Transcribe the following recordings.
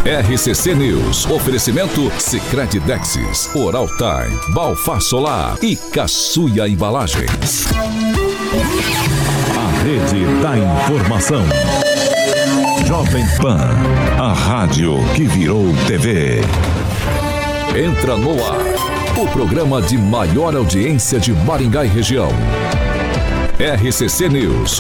RCC News. Oferecimento Sicredi Dexis, Oral Time, Balfar Solar e Caçuia Embalagens. A Rede da Informação. Jovem Pan, a rádio que virou TV. Entra no ar, o programa de maior audiência de Maringá e região. RCC News.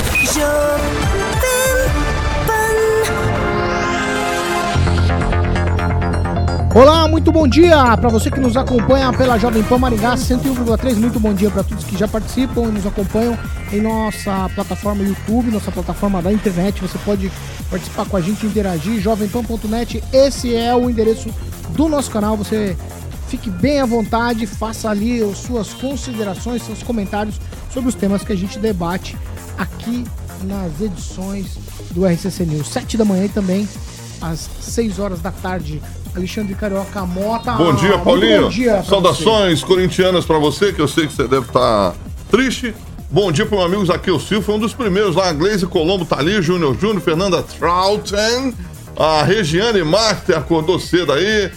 Olá, muito bom dia para você que nos acompanha pela Jovem Pan Maringá 101,3. Muito bom dia para todos que já participam e nos acompanham em nossa plataforma YouTube, nossa plataforma da internet. Você pode participar com a gente, interagir, jovempan.net. Esse é o endereço do nosso canal. Você fique bem à vontade, faça ali as suas considerações, seus comentários sobre os temas que a gente debate aqui nas edições do RCC News. 7 da manhã e também às 6 horas da tarde. Alexandre Carioca Mota. Bom dia, Paulinho. Bom dia. Saudações corintianas pra você, que eu sei que você deve estar triste. Bom dia pro meu amigo Zaqueu Silva, foi um dos primeiros lá. A Gleise Colombo tá ali, Júnior, Fernanda Troughton, a Regiane Marques acordou cedo aí.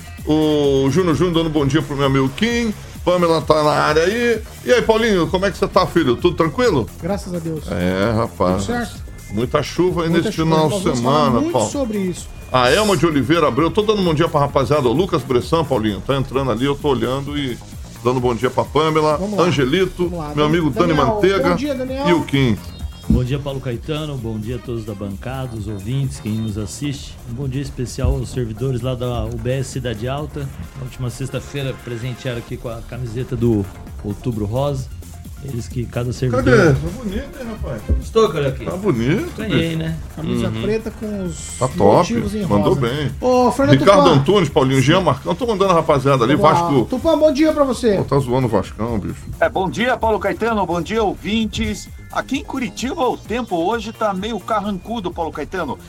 O Júnior dando bom dia pro meu amigo Kim. Pamela tá na área aí. E aí, Paulinho, como é que você tá, filho? Tudo tranquilo? Graças a Deus. É, rapaz. Tudo certo? Muita chuva aí nesse final de semana, muito Paulo. Sobre isso. A Elma de Oliveira Abreu, tô dando bom dia pra rapaziada. O Lucas Bressan, Paulinho, tá entrando ali, eu tô olhando e dando bom dia pra Pamela, Angelito, meu amigo Dani Manteiga e o Kim. Bom dia, Paulo Caetano, bom dia a todos da bancada, os ouvintes, quem nos assiste. Um bom dia especial aos servidores lá da UBS Cidade Alta. Na última sexta-feira presentearam aqui com a camiseta do Outubro Rosa. Eles que cada servidor... Cadê? Tá bonito, hein, rapaz? Estou, cara, aqui. Tá bonito. Ganhei, né? Camisa preta com os tá top, em mandou rosa. bem. Ô, Fernando Ricardo Tupã. Antunes, Paulinho, Jean Marcão, tô mandando a rapaziada ali, Vasco. Tupã, bom dia pra você. Pô, tá zoando o Vascão, bicho. Bom dia, Paulo Caetano, bom dia, ouvintes. Aqui em Curitiba o tempo hoje tá meio carrancudo, Paulo Caetano.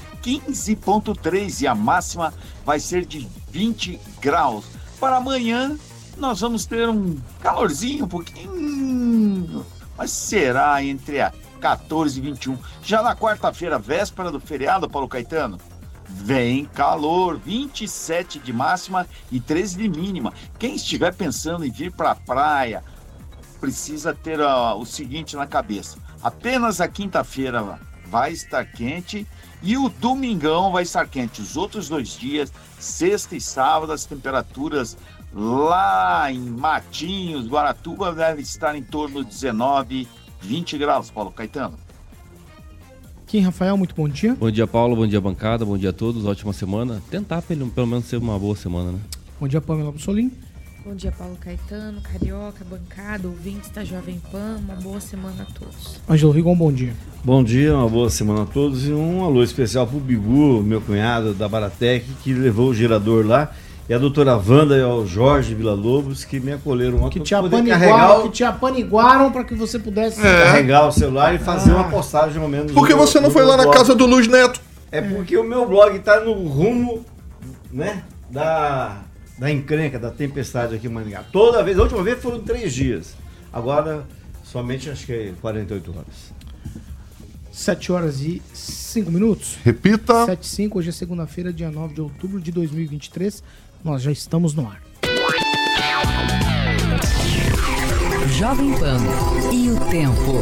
15,3 e a máxima vai ser de 20 graus. Para amanhã nós vamos ter um calorzinho, um pouquinho, mas será entre a 14 e 21. Já na quarta-feira, véspera do feriado, Paulo Caetano, vem calor, 27 de máxima e 13 de mínima. Quem estiver pensando em vir para a praia, precisa ter o seguinte na cabeça. Apenas a quinta-feira vai estar quente e o domingão vai estar quente. Os outros 2 dias, sexta e sábado, as temperaturas lá em Matinhos, Guaratuba, devem estar em torno de 19, 20 graus, Paulo Caetano. Kim Rafael, muito bom dia. Bom dia, Paulo, bom dia, bancada, bom dia a todos, ótima semana. Tentar pelo menos ser uma boa semana, né? Bom dia, Pamela Bussolini. Bom dia, Paulo Caetano, Carioca, bancada, ouvintes da Jovem Pan, uma boa semana a todos. Ângelo Rigon, bom dia. Bom dia, uma boa semana a todos e um alô especial pro Bigu, meu cunhado da Baratec, que levou o gerador lá, e a doutora Wanda e ao Jorge Villa-Lobos, que me acolheram ontem. Que te apaniguaram para que você pudesse carregar o celular e fazer uma postagem, pelo menos. Por que você não foi lá na casa do Luiz Neto? É porque o meu blog tá no rumo, né, da encrenca, da tempestade aqui em Maringá. Toda vez, a última vez foram 3 dias. Agora, somente acho que é 48 horas. 7 horas e 5 minutos. Repita. 7 e 5, hoje é segunda-feira, dia 9 de outubro de 2023. Nós já estamos no ar. Jovem Pan e o tempo.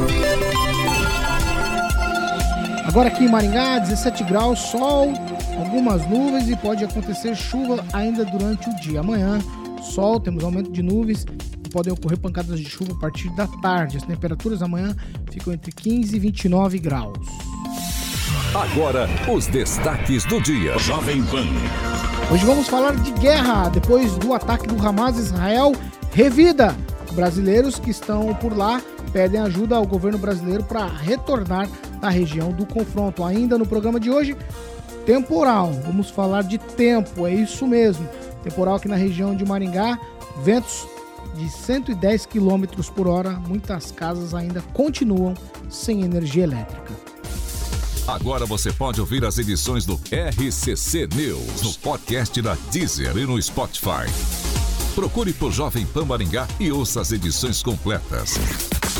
Agora aqui em Maringá, 17 graus, sol, algumas nuvens e pode acontecer chuva ainda durante o dia. Amanhã, sol, temos aumento de nuvens e podem ocorrer pancadas de chuva a partir da tarde. As temperaturas amanhã ficam entre 15 e 29 graus. Agora, os destaques do dia. Jovem Pan. Hoje vamos falar de guerra. Depois do ataque do Hamas, Israel revida. Brasileiros que estão por lá pedem ajuda ao governo brasileiro para retornar à região do confronto. Ainda no programa de hoje, temporal. Vamos falar de tempo, é isso mesmo. Temporal aqui na região de Maringá, ventos de 110 km por hora. Muitas casas ainda continuam sem energia elétrica. Agora você pode ouvir as edições do RCC News no podcast da Deezer e no Spotify. Procure por Jovem Pan Maringá e ouça as edições completas.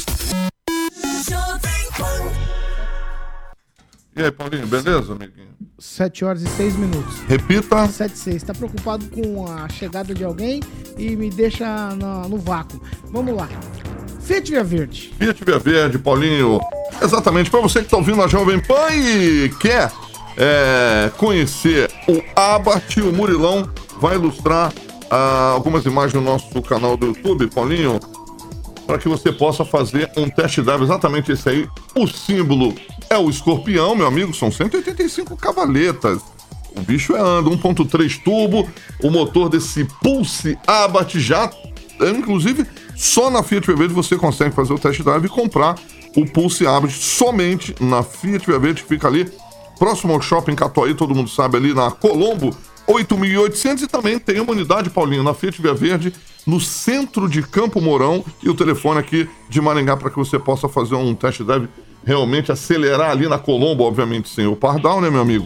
E aí, Paulinho, beleza, amiguinho? 7 horas e 6 minutos. Repita. 7 e 6. Tá preocupado com a chegada de alguém e me deixa no vácuo. Vamos lá. Fiat Via Verde. Fiat Via Verde, Paulinho. Exatamente, para você que tá ouvindo a Jovem Pan e quer conhecer o Abarth, o Murilão vai ilustrar algumas imagens no nosso canal do YouTube, Paulinho, para que você possa fazer um test drive, exatamente esse aí. O símbolo é o escorpião, meu amigo, são 185 cavaletas. O bicho anda, 1.3 turbo, o motor desse Pulse Abarth já, inclusive, só na Fiat Via Verde você consegue fazer o test drive e comprar o Pulse Abarth somente na Fiat Via Verde, que fica ali próximo ao Shopping Catuaí, todo mundo sabe, ali na Colombo 8.800, e também tem uma unidade, Paulinho, na Fiat Via Verde, no centro de Campo Mourão, e o telefone aqui de Maringá para que você possa fazer um test drive, realmente acelerar ali na Colombo, obviamente sem o Pardal, né, meu amigo?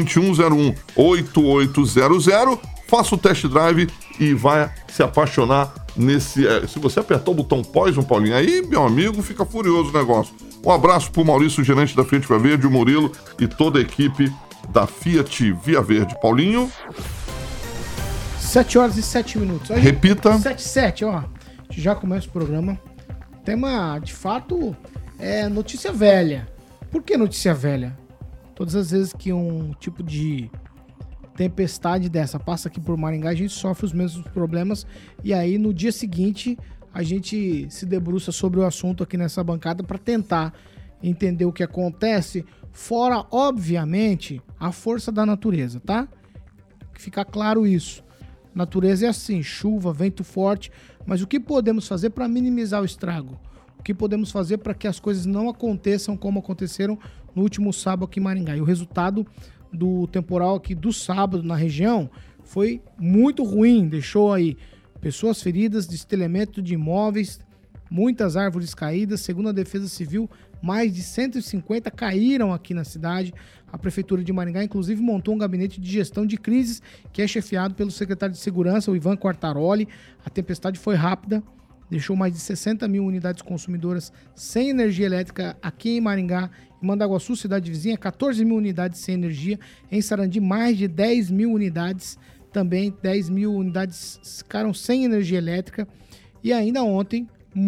2101-8800, faça o test drive e vai se apaixonar nesse... se você apertar o botão Poison, Paulinho, aí, meu amigo, fica furioso o negócio. Um abraço pro Maurício, gerente da Fiat Via Verde, o Murilo e toda a equipe da Fiat Via Verde. Paulinho? 7 horas e 7 minutos. Aí, repita. 7 e 7, ó. A gente já começa o programa. Tema, de fato, é notícia velha. Por que notícia velha? Todas as vezes que um tipo de tempestade dessa passa aqui por Maringá, a gente sofre os mesmos problemas. E aí, no dia seguinte, a gente se debruça sobre o assunto aqui nessa bancada para tentar entender o que acontece, fora, obviamente, a força da natureza, tá? Que fica claro isso. Natureza é assim, chuva, vento forte, mas o que podemos fazer para minimizar o estrago? O que podemos fazer para que as coisas não aconteçam como aconteceram no último sábado aqui em Maringá? E o resultado do temporal aqui do sábado na região foi muito ruim, deixou aí pessoas feridas, destelhamento de imóveis, muitas árvores caídas. Segundo a Defesa Civil, mais de 150 caíram aqui na cidade. A Prefeitura de Maringá, inclusive, montou um gabinete de gestão de crises que é chefiado pelo secretário de Segurança, o Ivan Quartaroli. A tempestade foi rápida, deixou mais de 60 mil unidades consumidoras sem energia elétrica aqui em Maringá. Em Mandaguaçu, cidade vizinha, 14 mil unidades sem energia. Em Sarandi, mais de 10 mil unidades. Também 10 mil unidades ficaram sem energia elétrica. E ainda ontem,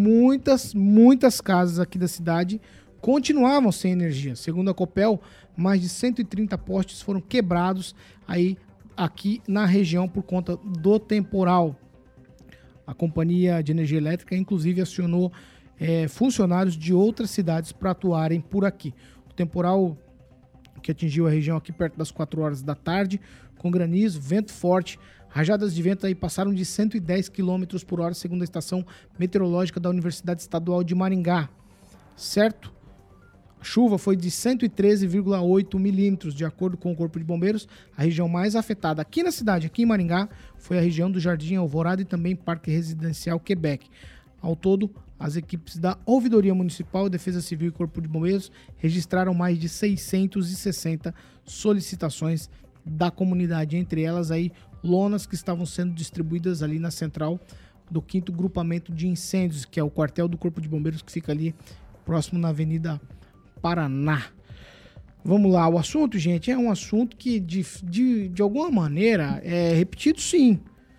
muitas casas aqui da cidade continuavam sem energia. Segundo a Copel, mais de 130 postes foram quebrados aí aqui na região por conta do temporal. A Companhia de Energia Elétrica, inclusive, acionou funcionários de outras cidades para atuarem por aqui. O temporal que atingiu a região aqui perto das 4 horas da tarde, com granizo, vento forte, rajadas de vento aí passaram de 110 km por hora, segundo a estação meteorológica da Universidade Estadual de Maringá. Certo? A chuva foi de 113,8 milímetros, de acordo com o Corpo de Bombeiros. A região mais afetada aqui na cidade, aqui em Maringá, foi a região do Jardim Alvorada e também Parque Residencial Quebec. Ao todo, as equipes da Ouvidoria Municipal, Defesa Civil e Corpo de Bombeiros registraram mais de 660 solicitações da comunidade, entre elas aí lonas que estavam sendo distribuídas ali na central do 5º Grupamento de Incêndios, que é o quartel do Corpo de Bombeiros, que fica ali próximo na Avenida Paraná. Vamos lá, o assunto, gente, é um assunto que de alguma maneira é repetido, sim.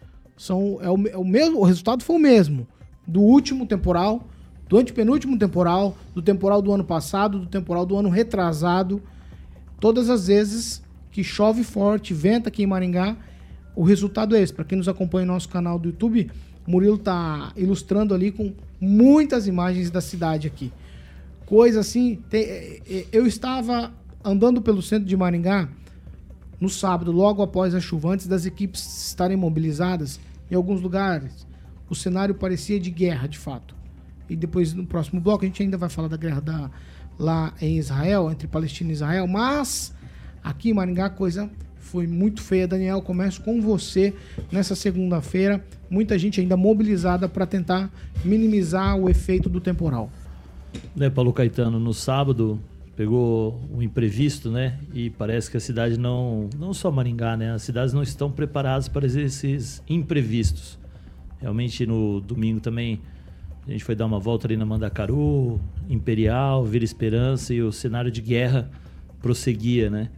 O resultado foi o mesmo do último temporal, do antepenúltimo temporal, do temporal do ano passado, do temporal do ano retrasado. Todas as vezes que chove forte, venta aqui em Maringá, o resultado é esse. Para quem nos acompanha no nosso canal do YouTube, o Murilo está ilustrando ali com muitas imagens da cidade aqui. Coisa assim, eu estava andando pelo centro de Maringá no sábado, logo após a chuva, antes das equipes estarem mobilizadas. Em alguns lugares, o cenário parecia de guerra, de fato. E depois, no próximo bloco, a gente ainda vai falar da guerra lá em Israel, entre Palestina e Israel. Mas aqui em Maringá a coisa foi muito feia. Daniel, começo com você nessa segunda-feira. Muita gente ainda mobilizada para tentar minimizar o efeito do temporal. Paulo Caetano, no sábado pegou um imprevisto, né? E parece que a cidade não só Maringá, né? As cidades não estão preparadas para esses imprevistos. Realmente no domingo também a gente foi dar uma volta ali na Mandacaru, Imperial, Vila Esperança, e o cenário de guerra prosseguia, né?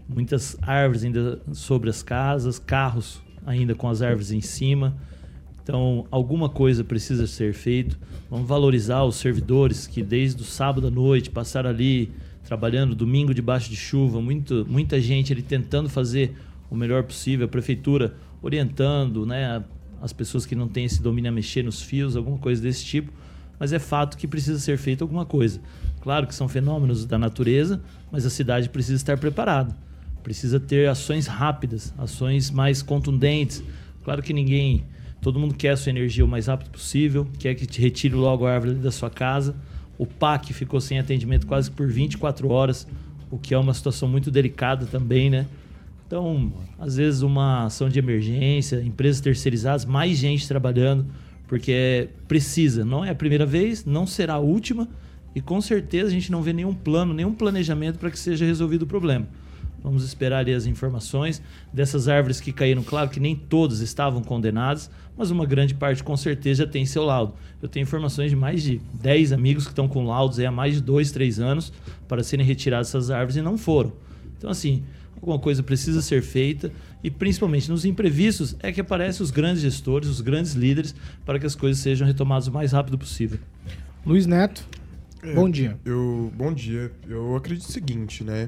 muitas árvores ainda sobre as casas, carros ainda com as árvores em cima. Então, alguma coisa precisa ser feito. Vamos valorizar os servidores que desde o sábado à noite passaram ali trabalhando, domingo debaixo de chuva, muita gente ali tentando fazer o melhor possível, a prefeitura orientando, né, as pessoas que não têm esse domínio a mexer nos fios, alguma coisa desse tipo, mas é fato que precisa ser feito alguma coisa. Claro que são fenômenos da natureza, mas a cidade precisa estar preparada, precisa ter ações rápidas, ações mais contundentes. Claro que todo mundo quer a sua energia o mais rápido possível, quer que te retire logo a árvore da sua casa. O PAC ficou sem atendimento quase por 24 horas, o que é uma situação muito delicada também, né? Então, às vezes uma ação de emergência, empresas terceirizadas, mais gente trabalhando, porque precisa. Não é a primeira vez, não será a última, e com certeza a gente não vê nenhum plano, nenhum planejamento para que seja resolvido o problema. Vamos esperar ali as informações dessas árvores que caíram. Claro que nem todas estavam condenadas, mas uma grande parte com certeza já tem seu laudo. Eu tenho informações de mais de 10 amigos que estão com laudos há mais de 2, 3 anos para serem retiradas essas árvores e não foram. Então, assim, alguma coisa precisa ser feita e, principalmente nos imprevistos, é que aparecem os grandes gestores, os grandes líderes, para que as coisas sejam retomadas o mais rápido possível. Luiz Neto, bom dia. Bom dia. Eu acredito o seguinte, né?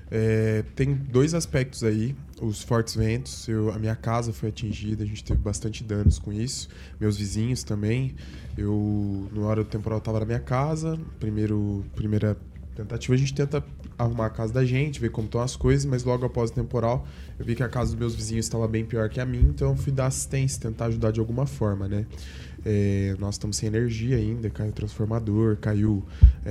Tem dois aspectos aí. Os fortes ventos, a minha casa foi atingida, a gente teve bastante danos com isso. Meus vizinhos também. Na hora do temporal, eu estava na minha casa. Primeira tentativa, a gente tenta arrumar a casa da gente, ver como estão as coisas, mas logo após o temporal, eu vi que a casa dos meus vizinhos estava bem pior que a minha, então eu fui dar assistência, tentar ajudar de alguma forma, né? Nós estamos sem energia ainda, caiu transformador, caiu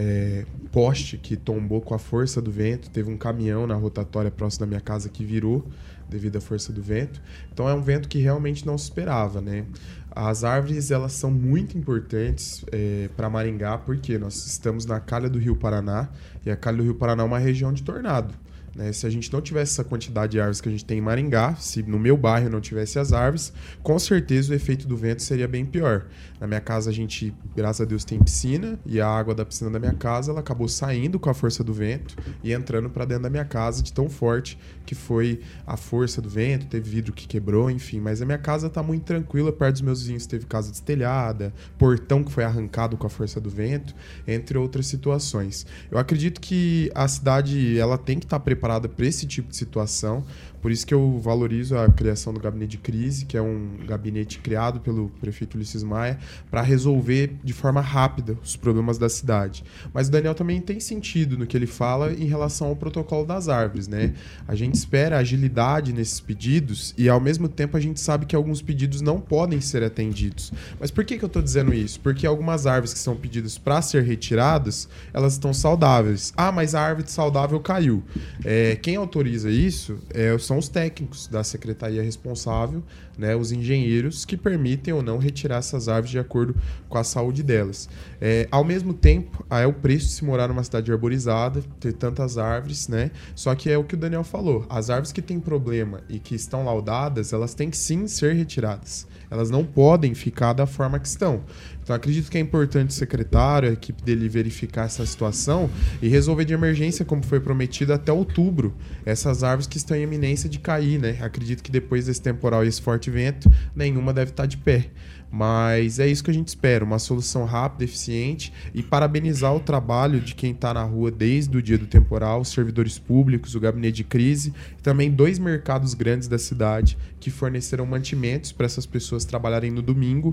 poste que tombou com a força do vento, teve um caminhão na rotatória próximo da minha casa que virou devido à força do vento. Então é um vento que realmente não se esperava, né? As árvores, elas são muito importantes para Maringá, porque nós estamos na calha do Rio Paraná, e a calha do Rio Paraná é uma região de tornado. Né? Se a gente não tivesse essa quantidade de árvores que a gente tem em Maringá, se no meu bairro não tivesse as árvores, com certeza o efeito do vento seria bem pior. Na minha casa a gente, graças a Deus, tem piscina, e a água da piscina da minha casa ela acabou saindo com a força do vento e entrando para dentro da minha casa de tão forte que foi a força do vento, teve vidro que quebrou, enfim. Mas a minha casa está muito tranquila, perto dos meus vizinhos teve casa destelhada, portão que foi arrancado com a força do vento, entre outras situações. Eu acredito que a cidade ela tem que estar preparada para esse tipo de situação, por isso que eu valorizo a criação do gabinete de crise, que é um gabinete criado pelo prefeito Ulisses Maia para resolver de forma rápida os problemas da cidade. Mas o Daniel também tem sentido no que ele fala em relação ao protocolo das árvores, né? A gente espera agilidade nesses pedidos e, ao mesmo tempo, a gente sabe que alguns pedidos não podem ser atendidos. Mas por que eu estou dizendo isso? Porque algumas árvores que são pedidas para ser retiradas, elas estão saudáveis. Ah, mas a árvore saudável caiu. Quem autoriza isso são os técnicos da secretaria responsável, né, os engenheiros que permitem ou não retirar essas árvores de acordo com a saúde delas. Ao mesmo tempo, é o preço de se morar numa cidade arborizada, ter tantas árvores, né? Só que é o que o Daniel falou, as árvores que têm problema e que estão laudadas, elas têm que sim ser retiradas. Elas não podem ficar da forma que estão. Então, acredito que é importante o secretário, a equipe dele verificar essa situação e resolver de emergência, como foi prometido, até outubro, essas árvores que estão em iminência de cair, né? Acredito que depois desse temporal e esse forte vento, nenhuma deve estar de pé. Mas é isso que a gente espera, uma solução rápida, eficiente, e parabenizar o trabalho de quem está na rua desde o dia do temporal, os servidores públicos, o gabinete de crise, e também 2 mercados grandes da cidade que forneceram mantimentos para essas pessoas trabalharem no domingo,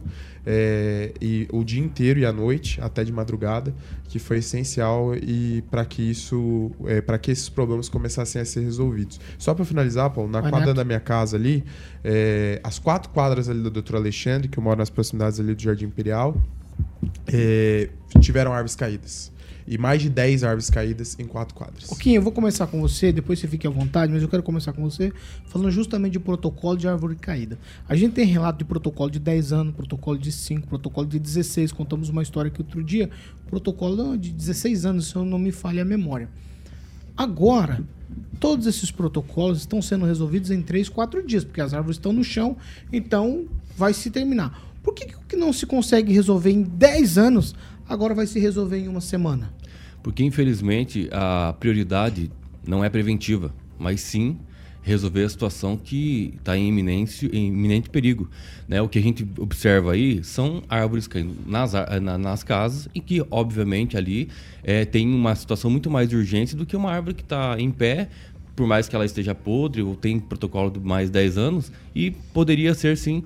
e o dia inteiro e à noite, até de madrugada, que foi essencial e para que esses problemas começassem a ser resolvidos. Só para finalizar, Paulo, na quadra da minha casa ali, as 4 quadras ali do Dr. Alexandre, que eu moro nas proximidades ali do Jardim Imperial, tiveram árvores caídas. E mais de 10 árvores caídas em 4 quadras. Kim, eu vou começar com você, depois você fique à vontade, mas eu quero começar com você falando justamente de protocolo de árvore caída. A gente tem relato de protocolo de 10 anos, protocolo de 5, protocolo de 16. Contamos uma história aqui outro dia, protocolo de 16 anos, se eu não me falha a memória. Agora, todos esses protocolos estão sendo resolvidos em 3, 4 dias, porque as árvores estão no chão, então vai se terminar. Por que não se consegue resolver em 10 anos, agora vai se resolver em uma semana? Porque, infelizmente, a prioridade não é preventiva. mas sim resolver a situação que está em iminente perigo, né? O que a gente observa aí são árvores caindo nas casas e que, obviamente, ali tem uma situação muito mais urgente do que uma árvore que está em pé, por mais que ela esteja podre ou tem protocolo de mais 10 anos, e poderia ser, sim,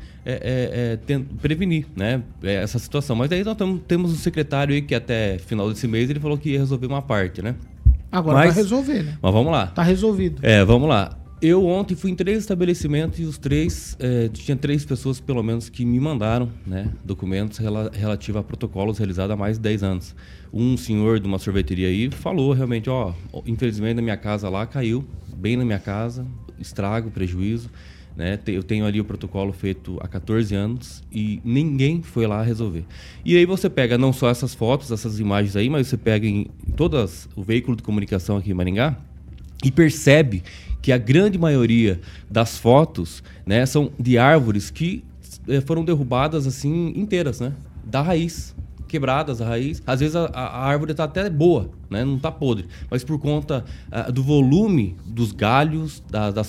prevenir, né, essa situação. Mas daí nós temos um secretário aí que até final desse mês ele falou que ia resolver uma parte, né? Agora vai resolver, né? Mas vamos lá. Tá resolvido. Vamos lá. Eu ontem fui em 3 estabelecimentos e os 3, tinha 3 pessoas pelo menos que me mandaram, né, documentos relativos a protocolos realizados há mais de 10 anos. Um senhor de uma sorveteria aí falou realmente, infelizmente na minha casa lá caiu, bem na minha casa, estrago, prejuízo, né? Eu tenho ali o protocolo feito há 14 anos e ninguém foi lá resolver. E aí você pega não só essas fotos, essas imagens aí, mas você pega em todas o veículo de comunicação aqui em Maringá e percebe que a grande maioria das fotos, né, são de árvores que foram derrubadas assim inteiras, né, da raiz, quebradas a raiz. Às vezes a árvore está até boa, né, não está podre, mas por conta do volume dos galhos,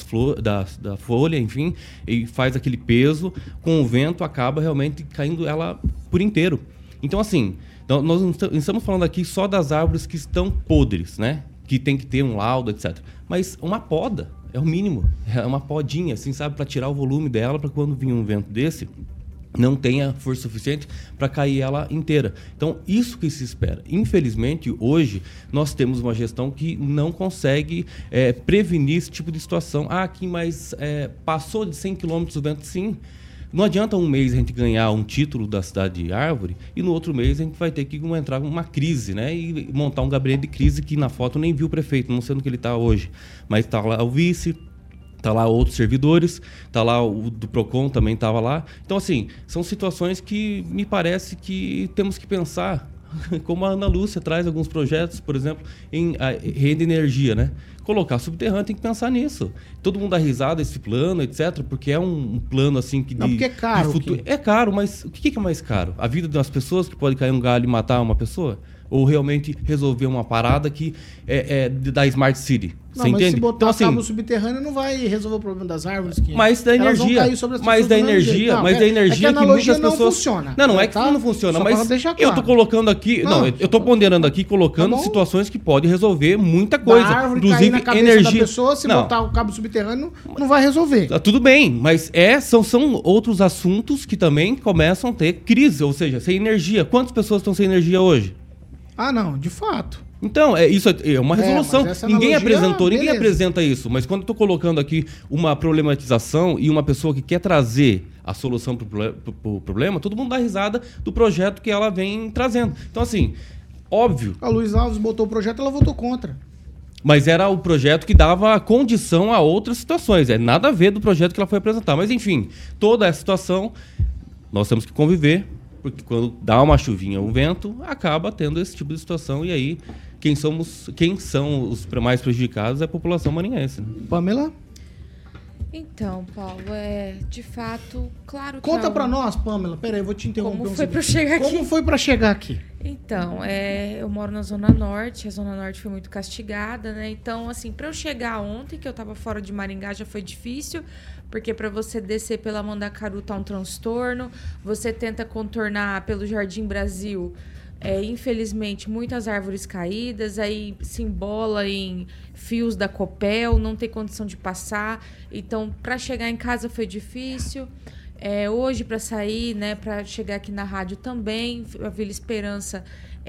da folha, enfim, e faz aquele peso, com o vento acaba realmente caindo ela por inteiro. Então assim, nós não estamos falando aqui só das árvores que estão podres, né, que tem que ter um laudo, etc. Mas uma poda é o mínimo, é uma podinha, assim, sabe, para tirar o volume dela, para quando vir um vento desse, não tenha força suficiente para cair ela inteira. Então, isso que se espera. Infelizmente, hoje, nós temos uma gestão que não consegue prevenir esse tipo de situação. Aqui, mas passou de 100 km o vento, sim. Não adianta um mês a gente ganhar um título da cidade de árvore e no outro mês a gente vai ter que entrar numa crise, né? E montar um gabinete de crise que na foto nem viu o prefeito, não sei onde que ele está hoje. Mas está lá o vice, está lá outros servidores, está lá o do PROCON também estava lá. Então, assim, são situações que me parece que temos que pensar, como a Ana Lúcia traz alguns projetos, por exemplo, em rede de energia, né? Colocar subterrâneo, tem que pensar nisso. Todo mundo dá risada esse plano, etc., porque é um plano assim que... Não, porque é caro. Futuro. É caro, mas o que é mais caro? A vida das pessoas, que pode cair um galho e matar uma pessoa? Ou realmente resolver uma parada que da Smart City? Não, mas se botar então, assim, cabo subterrâneo não vai resolver o problema das árvores. Mas da energia. Mas da energia, não, mas da energia que muitas pessoas. Não funciona. Não é que não funciona, mas eu tô colocando aqui. Não, eu tô ponderando aqui, colocando situações que podem resolver muita coisa. A árvore inclusive cair na cabeça energia. Da pessoa, se botar o cabo subterrâneo, não vai resolver. Tudo bem, mas são outros assuntos que também começam a ter crise, ou seja, sem energia. Quantas pessoas estão sem energia hoje? Ah, não, de fato. Então, isso é uma resolução. Ninguém apresentou, ninguém apresenta isso. Mas quando eu estou colocando aqui uma problematização e uma pessoa que quer trazer a solução para o problema, todo mundo dá risada do projeto que ela vem trazendo. Então, assim, óbvio... A Luiz Alves botou o projeto, ela votou contra. Mas era o projeto que dava condição a outras situações. Nada a ver do projeto que ela foi apresentar. Mas, enfim, toda essa situação, nós temos que conviver. Porque quando dá uma chuvinha, um vento, acaba tendo esse tipo de situação. E aí, quem são os mais prejudicados é a população marinhense. Né? Pamela? Então, Paulo, de fato, claro que... Conta pra nós, Pamela. Peraí, eu vou te interromper. Como foi pra chegar aqui? Como foi pra chegar aqui? Então, eu moro na Zona Norte. A Zona Norte foi muito castigada, né? Então, assim, pra eu chegar ontem, que eu tava fora de Maringá, já foi difícil. Porque para você descer pela Mandacaru tá um transtorno. Você tenta contornar pelo Jardim Brasil. Infelizmente, muitas árvores caídas. Aí se embola em fios da Copel. Não tem condição de passar. Então, para chegar em casa foi difícil. Hoje, para sair, né, para chegar aqui na rádio também. A Vila Esperança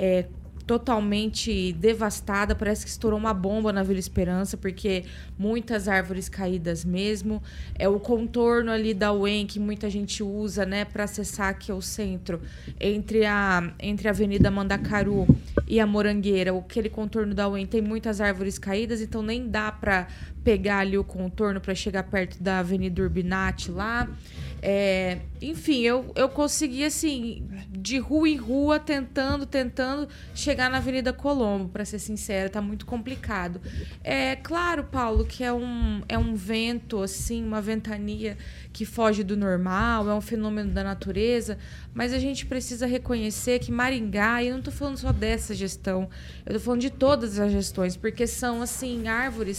totalmente devastada, parece que estourou uma bomba na Vila Esperança, porque muitas árvores caídas mesmo. O contorno ali da UEM, que muita gente usa, né, para acessar aqui ao centro, entre a Avenida Mandacaru e a Morangueira, aquele contorno da UEM tem muitas árvores caídas, então nem dá para pegar ali o contorno para chegar perto da Avenida Urbinati lá. Enfim, eu consegui, assim, de rua em rua, tentando chegar na Avenida Colombo, para ser sincera, tá muito complicado. Claro, Paulo, que é um vento, assim, uma ventania que foge do normal, é um fenômeno da natureza, mas a gente precisa reconhecer que Maringá, e eu não tô falando só dessa gestão, eu tô falando de todas as gestões, porque são, assim, árvores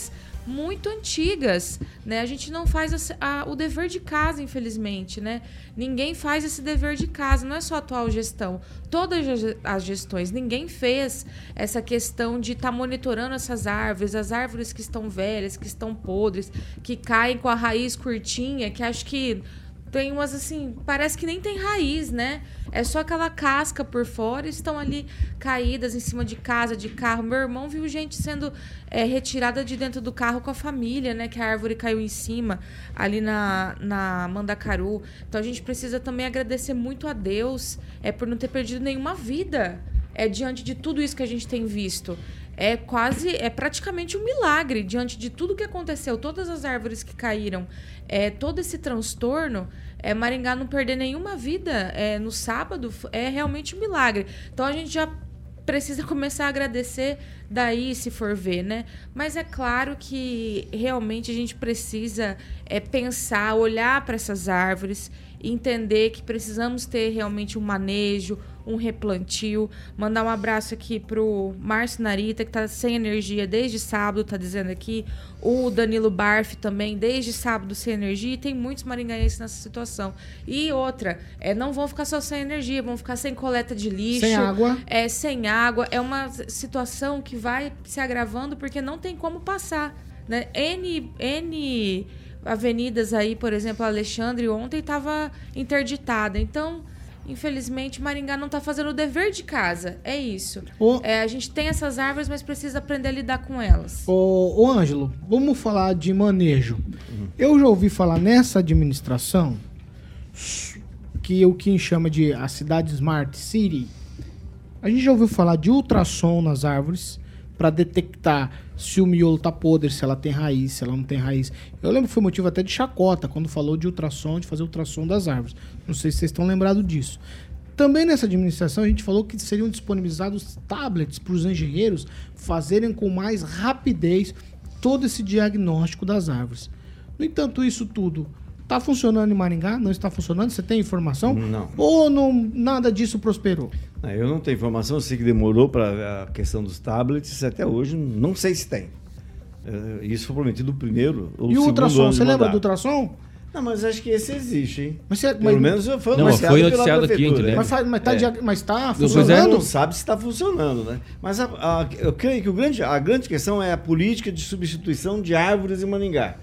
muito antigas, né? A gente não faz o dever de casa, infelizmente, né? Ninguém faz esse dever de casa, não é só a atual gestão. Todas as gestões, ninguém fez essa questão de estar monitorando essas árvores, as árvores que estão velhas, que estão podres, que caem com a raiz curtinha, que acho que tem umas assim, parece que nem tem raiz, né? É só aquela casca por fora, estão ali caídas em cima de casa, de carro. Meu irmão viu gente sendo retirada de dentro do carro com a família, né? Que a árvore caiu em cima, ali na Mandacaru. Então a gente precisa também agradecer muito a Deus por não ter perdido nenhuma vida diante de tudo isso que a gente tem visto. É praticamente um milagre diante de tudo que aconteceu, todas as árvores que caíram, todo esse transtorno, Maringá não perder nenhuma vida no sábado é realmente um milagre. Então a gente já precisa começar a agradecer daí, se for ver, né? Mas é claro que realmente a gente precisa pensar, olhar para essas árvores, entender que precisamos ter realmente um manejo, um replantio. Mandar um abraço aqui pro Márcio Narita, que tá sem energia desde sábado, tá dizendo aqui. O Danilo Barf também, desde sábado sem energia. E tem muitos maringaenses nessa situação. E outra, não vão ficar só sem energia, vão ficar sem coleta de lixo. Sem água. Sem água. É uma situação que vai se agravando porque não tem como passar, né? N avenidas aí, por exemplo, Alexandre ontem estava interditada. Então, infelizmente, Maringá não está fazendo o dever de casa. É isso. A gente tem essas árvores, mas precisa aprender a lidar com elas. Ô Ângelo, vamos falar de manejo. Eu já ouvi falar nessa administração que o que chama de a cidade Smart City. A gente já ouviu falar de ultrassom nas árvores para detectar se o miolo tá podre, se ela tem raiz, se ela não tem raiz. Eu lembro que foi motivo até de chacota quando falou de ultrassom, de fazer ultrassom das árvores. Não sei se vocês estão lembrados disso. Também nessa administração a gente falou que seriam disponibilizados tablets para os engenheiros fazerem com mais rapidez todo esse diagnóstico das árvores. No entanto, isso tudo está funcionando em Maringá? Não está funcionando? Você tem informação? Não. Ou nada disso prosperou? Eu não tenho informação, eu sei que demorou para a questão dos tablets, até hoje não sei se tem. Isso foi prometido o primeiro ou e o ultrassom, você lembra do mandato. ultrassom? Não, mas acho que esse existe, hein? Pelo menos foi noticiado aqui, entendeu? Mas tá funcionando? Não sabe se está funcionando, né? Mas eu creio que a grande questão é a política de substituição de árvores em Maringá.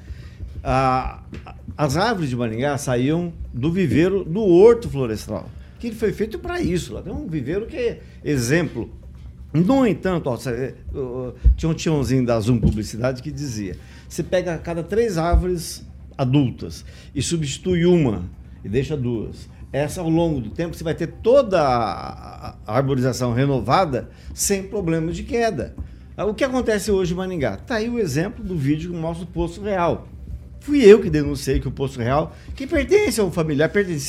As árvores de Maringá saíam do viveiro do Horto Florestal, que ele foi feito para isso. Lá tem um viveiro que é exemplo. No entanto, tinha um tiãozinho da Zoom Publicidade que dizia: você pega cada 3 árvores adultas e substitui uma e deixa 2. Essa, ao longo do tempo, você vai ter toda a arborização renovada sem problema de queda. O que acontece hoje em Maringá? Está aí o exemplo do vídeo que mostra o Poço Real. Fui eu que denunciei que o Poço Real, que pertence a um familiar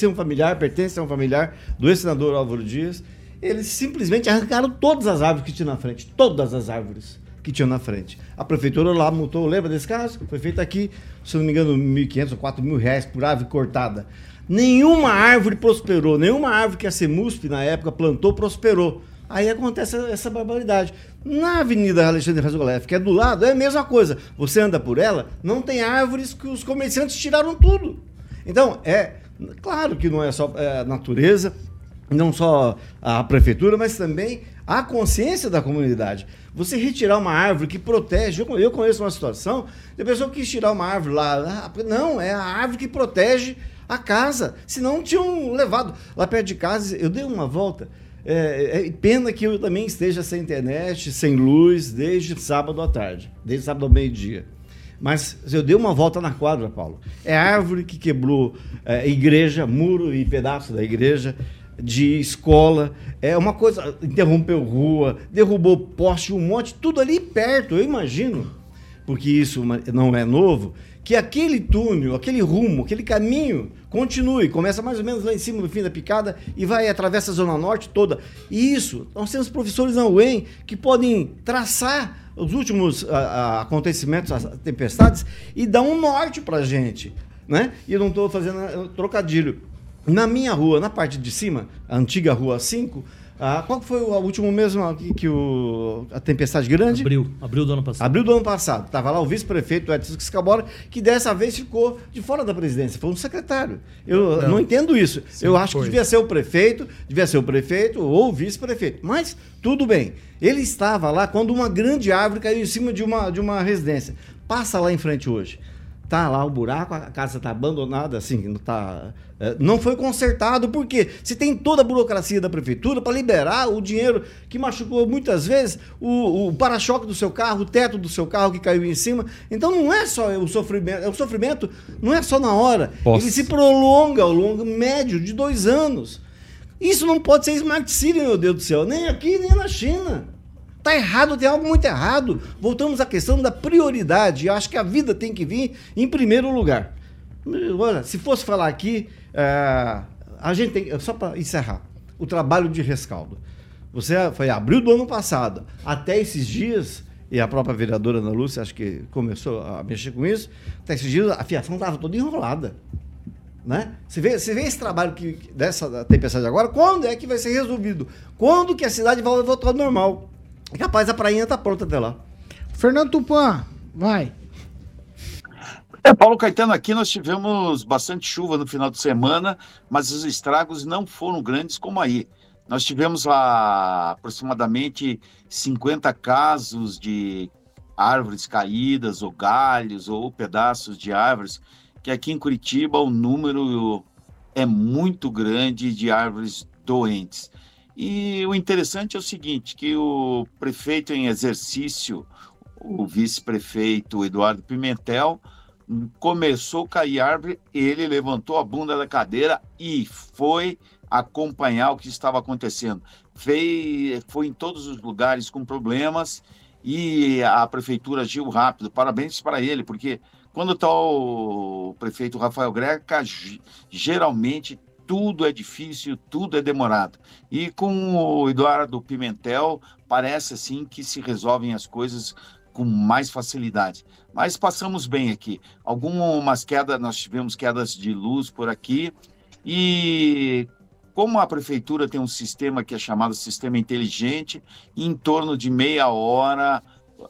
do ex-senador Álvaro Dias, eles simplesmente arrancaram todas as árvores que tinham na frente. Todas as árvores que tinham na frente. A prefeitura lá multou, lembra desse caso? Foi feito aqui, se não me engano, R$1.500 ou R$4.000 por árvore cortada. Nenhuma árvore prosperou, nenhuma árvore que a CEMUSP na época plantou prosperou. Aí acontece essa barbaridade. Na Avenida Alexandre Razogolef, que é do lado, é a mesma coisa. Você anda por ela, não tem árvores, que os comerciantes tiraram tudo. Então, claro que não é só a natureza, não só a prefeitura, mas também a consciência da comunidade. Você retirar uma árvore que protege... Eu conheço uma situação, a pessoa quis tirar uma árvore lá. Não, é a árvore que protege a casa. Senão tinham levado. Lá perto de casa, eu dei uma volta... pena que eu também esteja sem internet, sem luz, desde sábado à tarde, desde sábado ao meio-dia. Mas eu dei uma volta na quadra, Paulo. É árvore que quebrou igreja, muro e pedaço da igreja, de escola. É uma coisa, interrompeu rua, derrubou poste, um monte, tudo ali perto. Eu imagino, porque isso não é novo, que aquele túnel, aquele rumo, aquele caminho continue, começa mais ou menos lá em cima no fim da picada e vai atravessa a Zona Norte toda. E isso, nós temos professores na UEM que podem traçar os últimos acontecimentos, as tempestades, e dar um norte pra gente, né? E eu não estou fazendo trocadilho. Na minha rua, na parte de cima, a antiga Rua 5, Qual foi o último mesmo que a tempestade grande? Abril do ano passado. Abril do ano passado. Estava lá o vice-prefeito Edson Scabora, que dessa vez ficou de fora da presidência. Foi um secretário. Eu não entendo isso. Eu acho que devia ser o prefeito ou o vice-prefeito. Mas tudo bem. Ele estava lá quando uma grande árvore caiu em cima de uma residência. Passa lá em frente hoje. Tá lá o buraco, a casa está abandonada, assim, não foi consertado. Por quê? Se tem toda a burocracia da prefeitura para liberar o dinheiro que machucou muitas vezes o para-choque do seu carro, o teto do seu carro que caiu em cima. Então não é só o sofrimento não é só na hora. Ele se prolonga ao longo médio de 2 anos. Isso não pode ser Smart City, meu Deus do céu, nem aqui, nem na China. Está errado, tem algo muito errado. Voltamos à questão da prioridade. Eu acho que a vida tem que vir em primeiro lugar. Olha, se fosse falar aqui, a gente tem, só para encerrar, o trabalho de rescaldo. Foi abril do ano passado, até esses dias, e a própria vereadora Ana Lúcia, acho que começou a mexer com isso, até esses dias a fiação estava toda enrolada. Né? Você vê esse trabalho dessa tempestade agora, quando é que vai ser resolvido? Quando que a cidade vai voltar ao normal? É capaz a prainha tá pronta até lá. Fernando Tupan, vai. Paulo Caetano, aqui nós tivemos bastante chuva no final de semana, mas os estragos não foram grandes como aí. Nós tivemos aproximadamente 50 casos de árvores caídas, ou galhos, ou pedaços de árvores, que aqui em Curitiba o número é muito grande de árvores doentes. E o interessante é o seguinte, que o prefeito em exercício, o vice-prefeito Eduardo Pimentel, começou a cair árvore, ele levantou a bunda da cadeira e foi acompanhar o que estava acontecendo. Foi em todos os lugares com problemas e a prefeitura agiu rápido. Parabéns para ele, porque quando está o prefeito Rafael Greca, geralmente tudo é difícil, tudo é demorado. E com o Eduardo Pimentel, parece assim que se resolvem as coisas com mais facilidade. Mas passamos bem aqui. Algumas quedas, nós tivemos quedas de luz por aqui. E como a prefeitura tem um sistema que é chamado sistema inteligente, em torno de meia hora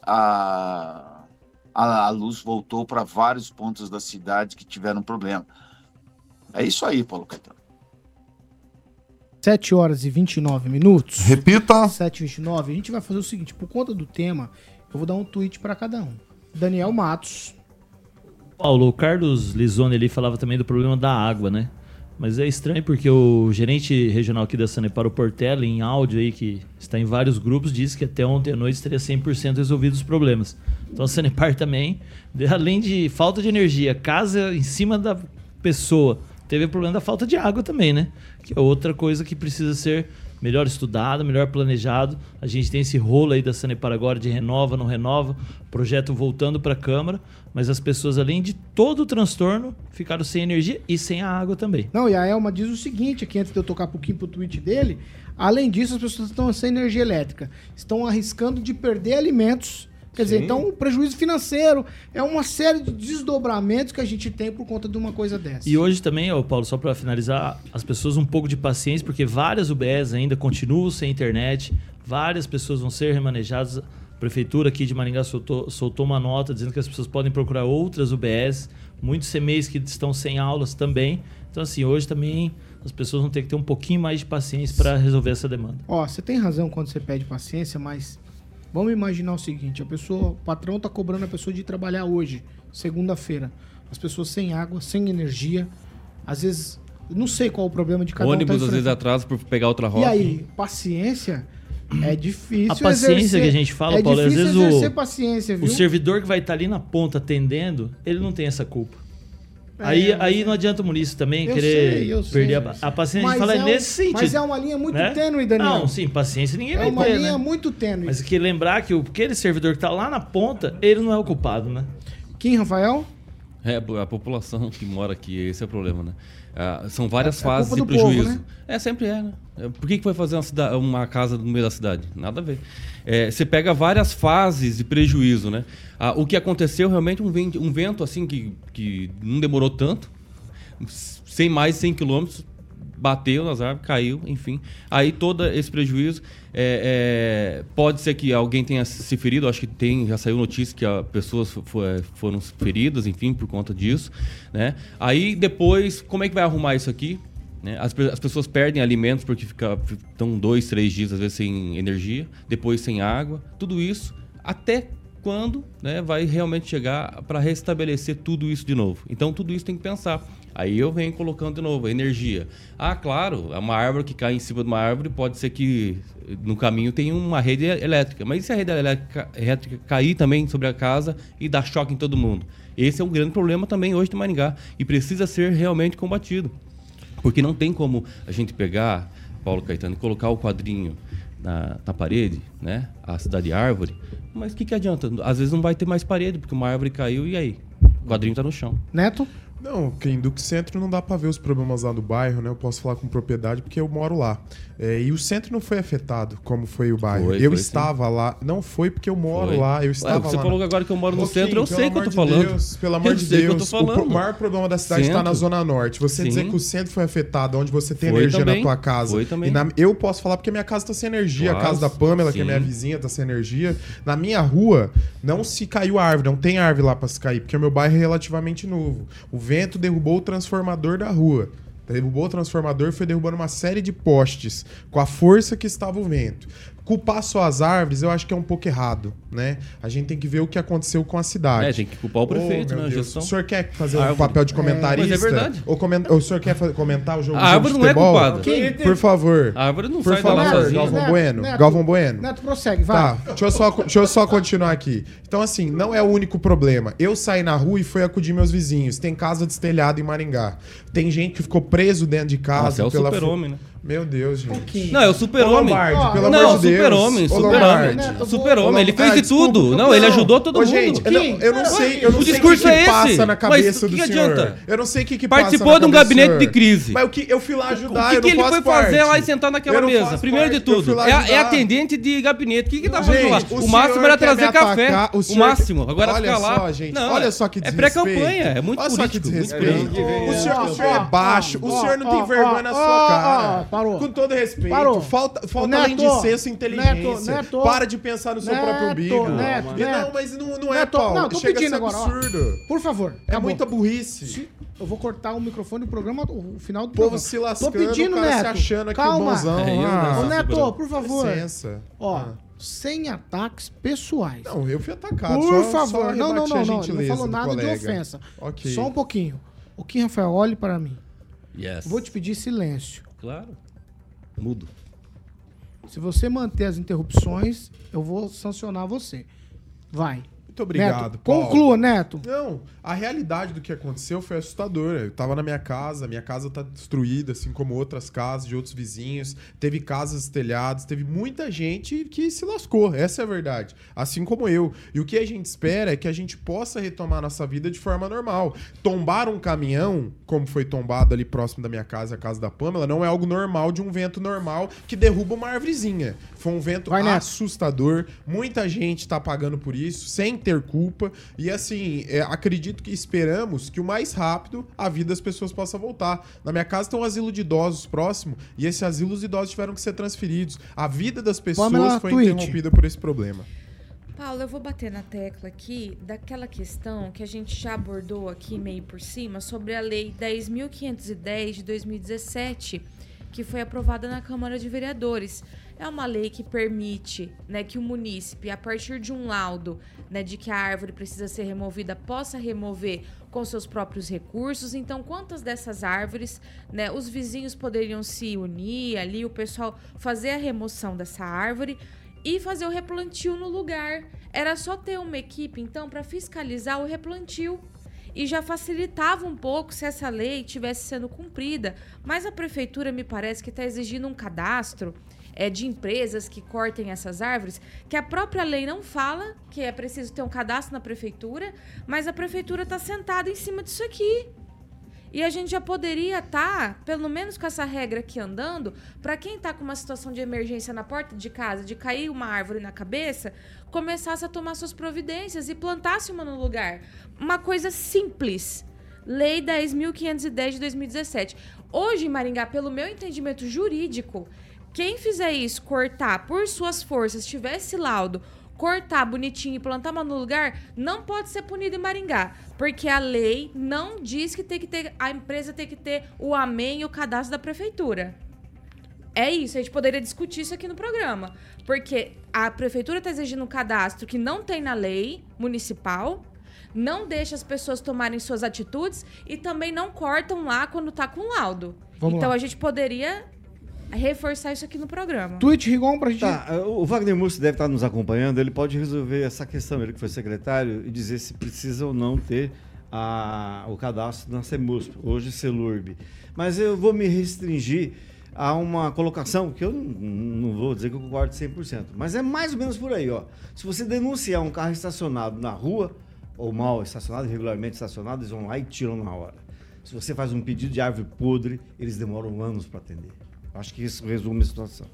a luz voltou para vários pontos da cidade que tiveram problema. É isso aí, Paulo Caetano. 7 horas e 29 minutos. Repita. 7h29. A gente vai fazer o seguinte, por conta do tema, eu vou dar um tweet para cada um. Daniel Matos. Paulo, o Carlos Lisone ali falava também do problema da água, né? Mas é estranho porque o gerente regional aqui da Sanepar, o Portela, em áudio aí, que está em vários grupos, disse que até ontem à noite teria 100% resolvido os problemas. Então a Sanepar também, além de falta de energia, casa em cima da pessoa, teve o problema da falta de água também, né? Que é outra coisa que precisa ser melhor estudado, melhor planejado. A gente tem esse rolo aí da Sanepar agora de renova, não renova, projeto voltando para a Câmara, mas as pessoas, além de todo o transtorno, ficaram sem energia e sem a água também. Não, e a Elma diz o seguinte, aqui antes de eu tocar um pouquinho pro tweet dele, além disso, as pessoas estão sem energia elétrica, estão arriscando de perder alimentos. Quer dizer, então, o prejuízo financeiro é uma série de desdobramentos que a gente tem por conta de uma coisa dessa. E hoje também, Paulo, só para finalizar, as pessoas um pouco de paciência, porque várias UBS ainda continuam sem internet, várias pessoas vão ser remanejadas. A prefeitura aqui de Maringá soltou uma nota dizendo que as pessoas podem procurar outras UBS, muitos CMEs que estão sem aulas também. Então, assim, hoje também as pessoas vão ter que ter um pouquinho mais de paciência para resolver essa demanda. Ó, você tem razão quando você pede paciência, mas vamos imaginar o seguinte, o patrão está cobrando a pessoa de ir trabalhar hoje, segunda-feira. As pessoas sem água, sem energia, às vezes, não sei qual o problema de cada ônibus às vezes atrasa por pegar outra rota. E aí, paciência é difícil. A paciência que a gente fala, Paulo, às vezes paciência, viu? O servidor que vai estar ali na ponta atendendo, ele não tem essa culpa. Aí não adianta o munícipe também perder a paciência. A gente fala nesse sentido. Mas é uma linha muito tênue, Daniel. Não, sim, paciência ninguém vai ter, É uma linha muito tênue. Mas que lembrar que aquele servidor que está lá na ponta, ele não é o culpado, né? Quem, Rafael? É, a população que mora aqui, esse é o problema, né? São várias fases de prejuízo. Povo, né? Sempre é, né? Por que foi fazer uma casa no meio da cidade? Nada a ver. Você pega várias fases de prejuízo, né? O que aconteceu realmente um vento assim que não demorou tanto, sem mais de 100 km, bateu nas árvores, caiu, enfim. Aí todo esse prejuízo, pode ser que alguém tenha se ferido, acho que já saiu notícia que pessoas foram feridas, enfim, por conta disso, né? Aí depois, como é que vai arrumar isso aqui? Né? As pessoas perdem alimentos porque estão 2, 3 dias, às vezes, sem energia, depois sem água, tudo isso, até quando, né, vai realmente chegar para restabelecer tudo isso de novo. Então, tudo isso tem que pensar. Aí eu venho colocando de novo a energia. Claro, uma árvore que cai em cima de uma árvore, pode ser que no caminho tenha uma rede elétrica. Mas e se a rede elétrica cair também sobre a casa e dar choque em todo mundo? Esse é um grande problema também hoje de Maringá e precisa ser realmente combatido. Porque não tem como a gente pegar, Paulo Caetano, e colocar o quadrinho na parede, né? A cidade árvore. Mas o que adianta? Às vezes não vai ter mais parede, porque uma árvore caiu e aí? O quadrinho tá no chão. Neto? Não, porque em Duque Centro não dá pra ver os problemas lá do bairro, né? Eu posso falar com propriedade porque eu moro lá. E o centro não foi afetado como foi o bairro. Eu estava lá. Não foi porque eu moro lá. Eu estava você lá. Falou agora que eu moro no centro, eu sei o que eu tô falando. Pelo amor de Deus, o maior problema da cidade está na Zona Norte. Você dizer que o centro foi afetado, onde você tem energia na tua casa. Foi também. Eu posso falar porque minha casa tá sem energia. Claro, a casa da Pamela, que é minha vizinha, tá sem energia. Na minha rua, não se caiu árvore. Não tem árvore lá pra se cair, porque o meu bairro é relativamente novo. O vento derrubou o transformador da rua. Derrubou o transformador e foi derrubando uma série de postes com a força que estava o vento. Culpar só as árvores, eu acho que é um pouco errado, né? A gente tem que ver o que aconteceu com a cidade. Tem que culpar o prefeito, né? O senhor quer fazer um papel de comentarista? Mas é verdade. O senhor quer comentar o jogo de futebol? A árvore não é culpada. Por favor. A árvore não sai da nossa Galvão Bueno. Galvão Bueno. Neto, prossegue, vai. Tá, deixa eu só continuar aqui. Então, assim, não é o único problema. Eu saí na rua e fui acudir meus vizinhos. Tem casa destelhada em Maringá. Tem gente que ficou preso dentro de casa. Nossa, é o super-homem, né? Meu Deus, gente. Não, é o super-homem. Pelo amor de Deus. Super-homem. Ele fez de tudo. Não, ele ajudou todo mundo. Gente, eu não sei o discurso que passa na cabeça do senhor. Adianta? Eu não sei o que passa na Participou de um gabinete de crise. Mas eu fui lá ajudar, o que ele foi fazer lá e sentar naquela mesa? Primeiro de tudo, é atendente de gabinete. O que tá fazendo lá? O máximo era trazer café. O máximo. Agora ficar lá. Olha só, gente. Olha só que desrespeito. É pré-campanha. É muito político. Olha só que desrespeito. O senhor é baixo. O senhor não tem vergonha na sua cara. Parou. Com todo respeito. Parou. Falta além de senso e inteligência. Neto, para de pensar no seu próprio umbigo. Não, mas não é, Paulo. Não, tô chega pedindo a ser agora. absurdo. Por favor. É muita burrice. Eu vou cortar o microfone do programa, o final do povo programa. Se lascando, tô pedindo, o cara Neto. se achando aqui bonzão. Ô, Neto, por favor. Licença. Sem ataques pessoais. Não, eu fui atacado. Por favor. Só não falou nada colega. de ofensa. Okay. Só um pouquinho. O que, Rafael, olhe para mim. Yes. Vou te pedir silêncio. Claro. Mudo. Se você manter as interrupções, eu vou sancionar você. Vai. Muito obrigado, Neto, Paulo. conclua, Neto. Não, a realidade do que aconteceu foi assustadora. Eu tava na minha casa tá destruída, assim como outras casas de outros vizinhos. Teve casas telhadas, teve muita gente que se lascou, essa é a verdade. Assim como eu. E o que a gente espera é que a gente possa retomar nossa vida de forma normal. Tombar um caminhão, como foi tombado ali próximo da minha casa, a casa da Pamela, não é algo normal de um vento normal que derruba uma árvorezinha. Foi um vento assustador. Muita gente tá pagando por isso, sem ter culpa. E assim, acredito que esperamos que o mais rápido a vida das pessoas possa voltar. Na minha casa tem um asilo de idosos próximo e esse asilo de idosos tiveram que ser transferidos. A vida das pessoas foi interrompida por esse problema. Paulo, eu vou bater na tecla aqui daquela questão que a gente já abordou aqui meio por cima sobre a Lei 10.510 de 2017, que foi aprovada na Câmara de Vereadores. É uma lei que permite, né, que o munícipe, a partir de um laudo, né, de que a árvore precisa ser removida, possa remover com seus próprios recursos. Então, quantas dessas árvores, né, os vizinhos poderiam se unir ali, o pessoal fazer a remoção dessa árvore e fazer o replantio no lugar. Era só ter uma equipe, então, para fiscalizar o replantio. E já facilitava um pouco se essa lei estivesse sendo cumprida. Mas a prefeitura, me parece que está exigindo um cadastro de empresas que cortem essas árvores, que a própria lei não fala que é preciso ter um cadastro na prefeitura, mas a prefeitura está sentada em cima disso aqui. E a gente já poderia estar, pelo menos com essa regra aqui andando, para quem está com uma situação de emergência na porta de casa, de cair uma árvore na cabeça, começasse a tomar suas providências e plantasse uma no lugar. Uma coisa simples. Lei 10.510 de 2017. Hoje, em Maringá, pelo meu entendimento jurídico, quem fizer isso, cortar por suas forças, tiver esse laudo, cortar bonitinho e plantar mais no lugar, não pode ser punido em Maringá. Porque a lei não diz que a empresa tem que ter o AMEM e o cadastro da prefeitura. É isso, a gente poderia discutir isso aqui no programa. Porque a prefeitura está exigindo um cadastro que não tem na lei municipal, não deixa as pessoas tomarem suas atitudes e também não cortam lá quando tá com laudo. Então a gente poderia reforçar isso aqui no programa. Tweet, Rigon, pra gente... Tá, o Wagner Mussi deve estar nos acompanhando, ele pode resolver essa questão, ele que foi secretário, e dizer se precisa ou não ter o cadastro na CEMUSP, hoje CELURB. Mas eu vou me restringir a uma colocação que eu não vou dizer que eu concordo 100%, mas é mais ou menos por aí, ó. Se você denunciar um carro estacionado na rua, ou mal estacionado, irregularmente estacionado, eles vão lá e tiram na hora. Se você faz um pedido de árvore podre, eles demoram anos para atender. Acho que isso resume a situação.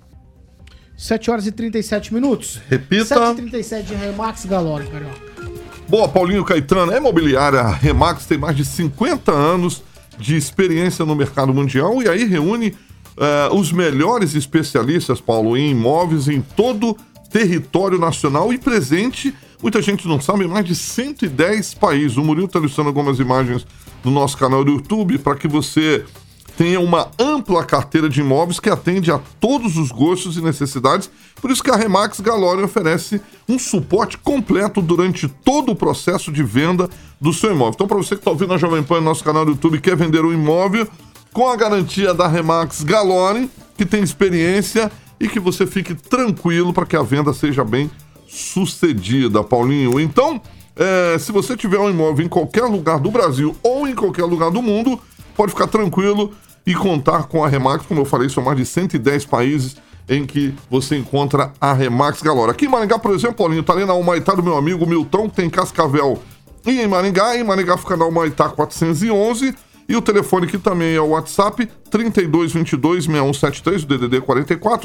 7 horas e 37 minutos. Repita. 7h37 de Remax Galore, Carioca. Boa, Paulinho Caetano. A imobiliária Remax tem mais de 50 anos de experiência no mercado mundial e aí reúne os melhores especialistas, Paulo, em imóveis em todo território nacional e presente, muita gente não sabe, em mais de 110 países. O Murilo está listando algumas imagens no nosso canal do YouTube para que você tenha uma ampla carteira de imóveis que atende a todos os gostos e necessidades. Por isso que a Remax Galore oferece um suporte completo durante todo o processo de venda do seu imóvel. Então, para você que está ouvindo a Jovem Pan no nosso canal do YouTube e quer vender um imóvel, com a garantia da Remax Galore, que tem experiência e que você fique tranquilo para que a venda seja bem sucedida, Paulinho. Então, se você tiver um imóvel em qualquer lugar do Brasil ou em qualquer lugar do mundo, pode ficar tranquilo e contar com a Remax. Como eu falei, são mais de 110 países em que você encontra a Remax Galore. Aqui em Maringá, por exemplo, Paulinho, tá ali na Humaitá do meu amigo Milton, que tem Cascavel e em Maringá. Em Maringá fica na Humaitá 411. E o telefone aqui também é o WhatsApp, 3222-6173, o DDD 44,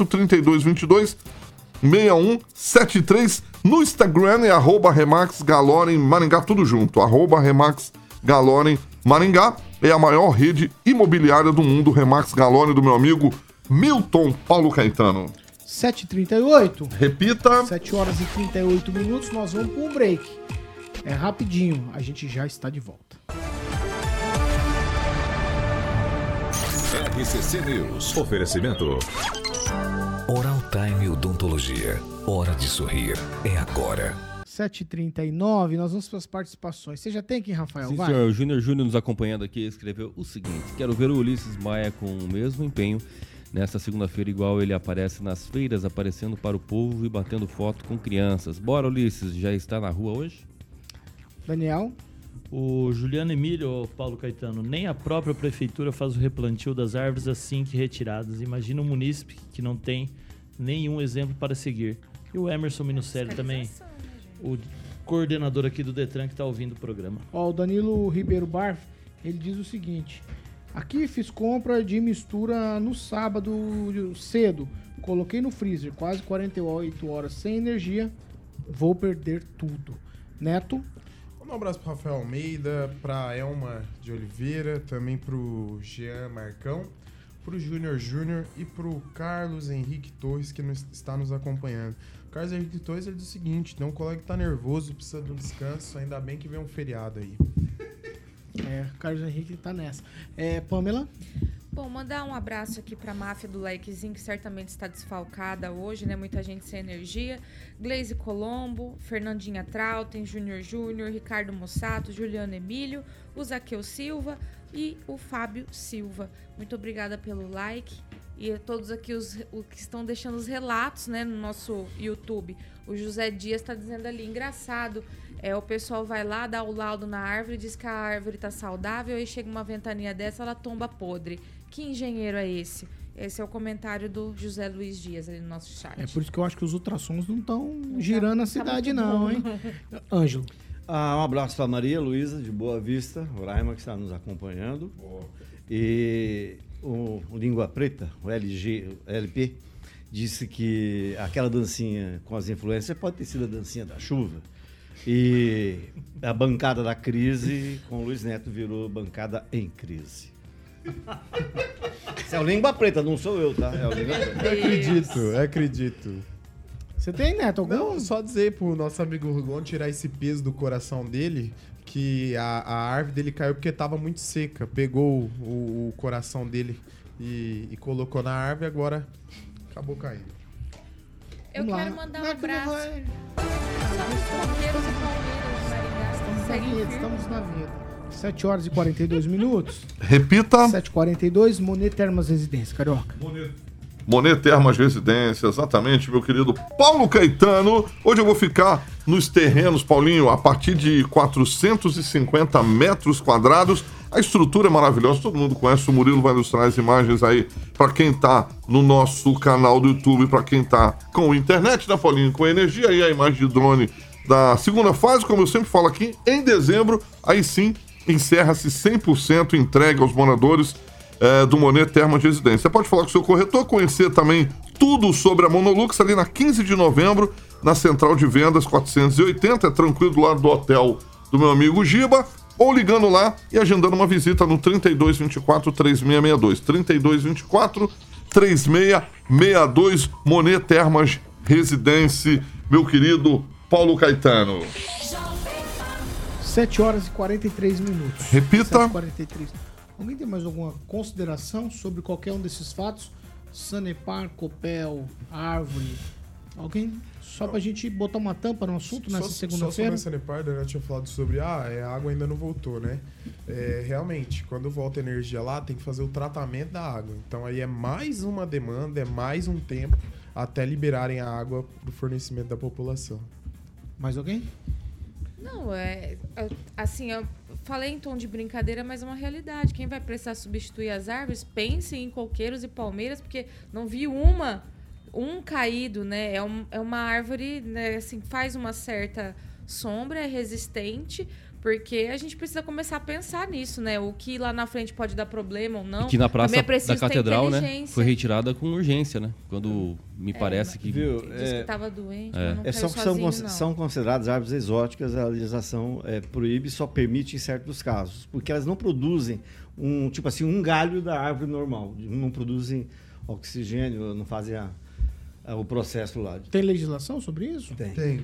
3222-6173. No Instagram é @Remax Galore em Maringá, tudo junto, @Remax Galore em Maringá. É a maior rede imobiliária do mundo, Remax Galore, do meu amigo Milton Paulo Caetano. 7h38. Repita. 7 horas e 38 minutos, nós vamos para um break. É rapidinho, a gente já está de volta. RCC News. Oferecimento. Oral Time Odontologia. Hora de sorrir. É agora. 7h39, nós vamos para as participações. Você já tem aqui, Rafael? Sim, vai. senhor. O Júnior nos acompanhando aqui escreveu o seguinte: quero ver o Ulisses Maia com o mesmo empenho nesta segunda-feira, igual ele aparece nas feiras, aparecendo para o povo e batendo foto com crianças. Bora, Ulisses, já está na rua hoje? Daniel? O Juliano Emílio, Paulo Caetano, nem a própria prefeitura faz o replantio das árvores assim que retiradas. Imagina um munícipe que não tem nenhum exemplo para seguir. E o Emerson Minucelli também, o coordenador aqui do Detran que está ouvindo o programa. Ó, o Danilo Ribeiro Barf, ele diz o seguinte: aqui fiz compra de mistura no sábado cedo, coloquei no freezer, quase 48 horas sem energia, vou perder tudo. Neto? Um abraço pro Rafael Almeida, pra Elma de Oliveira, também pro Jean Marcão, pro Júnior e pro Carlos Henrique Torres, que está nos acompanhando. O Carlos Henrique Torres, ele diz o seguinte: tem um colega que tá nervoso, precisa de um descanso, ainda bem que vem um feriado aí. O Carlos Henrique tá nessa. Pamela? Bom, mandar um abraço aqui para a máfia do Likezinho, que certamente está desfalcada hoje, né? Muita gente sem energia. Gleise Colombo, Fernandinha Trautem, Júnior, Ricardo Mossato, Juliano Emílio, o Zaqueu Silva e o Fábio Silva. Muito obrigada pelo like. E a todos aqui os que estão deixando os relatos, né, no nosso YouTube. O José Dias está dizendo ali, engraçado, o pessoal vai lá, dá o laudo na árvore, diz que a árvore está saudável, aí chega uma ventania dessa, ela tomba podre. Que engenheiro é esse? Esse é o comentário do José Luiz Dias ali no nosso chat. É por isso que eu acho que os ultrassons não estão girando a cidade não, hein? Ângelo. Um abraço para Maria Luísa, de Boa Vista, Roraima, que está nos acompanhando. E o Língua Preta, o LP, disse que aquela dancinha com as influências pode ter sido a dancinha da chuva. E a bancada da crise com o Luiz Neto virou bancada em crise. Isso é o Língua Preta, não sou eu, tá? É o Língua Preta. Acredito. Você tem, Neto, algum? Não, só dizer pro nosso amigo Rugon tirar esse peso do coração dele, que a árvore dele caiu porque tava muito seca. Pegou o coração dele e colocou na árvore e agora acabou caindo. Eu quero mandar um abraço. Somos Palmeiras e Palmeiras, Maringá. Estamos na vinheta. 7 horas e 42 minutos. Repita. 7h42, Monet Termas Residência, Carioca. Monet Termas Residência, exatamente, meu querido Paulo Caetano. Hoje eu vou ficar nos terrenos, Paulinho, a partir de 450 metros quadrados. A estrutura é maravilhosa, todo mundo conhece. O Murilo vai ilustrar as imagens aí para quem tá no nosso canal do YouTube, para quem tá com internet, né, Paulinho? Com energia. Aí a imagem de drone da segunda fase, como eu sempre falo aqui, em dezembro, aí sim, encerra-se 100% entregue aos moradores do Monet Termas Residência. Você pode falar com o seu corretor, conhecer também tudo sobre a Monolux ali na 15 de novembro, na Central de Vendas 480, é tranquilo do lado do hotel do meu amigo Giba, ou ligando lá e agendando uma visita no 3224-3662. 3224-3662, Monet Termas Residência, meu querido Paulo Caetano. 7 horas e 43 minutos. Repita. 7h43. Alguém tem mais alguma consideração sobre qualquer um desses fatos? Sanepar, Copel, Árvore. Alguém? Só pra gente botar uma tampa no assunto nessa segunda-feira. Só sobre a Sanepar, eu tinha falado sobre a água ainda não voltou, né? Realmente, quando volta a energia lá, tem que fazer o tratamento da água. Então aí é mais uma demanda, é mais um tempo até liberarem a água pro fornecimento da população. Mais alguém? Não, assim, eu falei em tom de brincadeira, mas é uma realidade. Quem vai precisar substituir as árvores, pense em coqueiros e palmeiras, porque não vi um caído, né? É uma árvore, né, assim, faz uma certa sombra, é resistente, porque a gente precisa começar a pensar nisso, né? O que lá na frente pode dar problema ou não. E que na praça da Catedral, né, foi retirada com urgência, né? Quando me parece que... Viu? Diz que estava doente, mas não caiu sozinho, são consideradas árvores exóticas, a legislação proíbe, só permite em certos casos, porque elas não produzem um galho da árvore normal, não produzem oxigênio, não fazem o processo lá. Tem legislação sobre isso? Tem.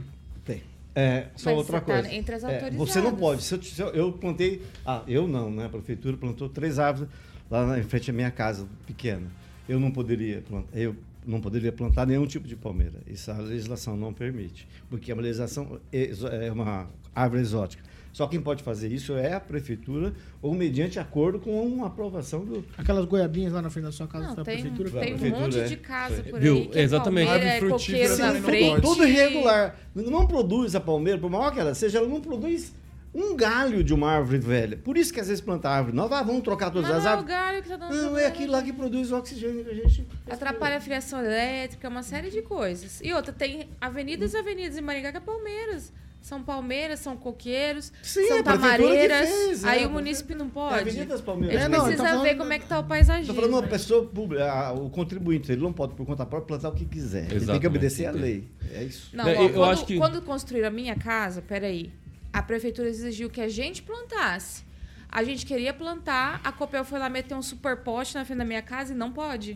Só mas outra você coisa. Tá entre as autorizadas. Você não pode. Se eu plantei. Eu não, né? A prefeitura plantou 3 árvores lá em frente à minha casa pequena. Eu não poderia plantar nenhum tipo de palmeira. Isso a legislação não permite. Porque a legislação é uma árvore exótica. Só quem pode fazer isso é a prefeitura ou mediante acordo com uma aprovação do... Aquelas goiabinhas lá na frente da sua casa não, da tem prefeitura? Tem um monte de casa por aí. Viu? Que Exatamente. Palmeira, coqueiro na frente. Tudo irregular. Não produz a palmeira, por maior que ela seja, ela não produz um galho de uma árvore velha. Por isso que às vezes plantar árvore nova, vamos trocar todas as árvores. Não é o galho que tá dando Não, é aquilo lá que produz o oxigênio que a gente... Atrapalha a fiação elétrica, uma série de coisas. E outra, tem avenidas em Maringá que é palmeiras. São palmeiras, são coqueiros, são tamareiras. Fez, aí o município não pode. Avenida das Palmeiras. Ele precisa ver como é que tá o paisagismo. Estou falando uma pessoa pública, o contribuinte, ele não pode, por conta própria, plantar o que quiser. Ele tem que obedecer à lei. É isso. Não, eu acho que... quando construíram a minha casa, peraí, a prefeitura exigiu que a gente plantasse. A gente queria plantar, a Copel foi lá meter um super poste na frente da minha casa e não pode.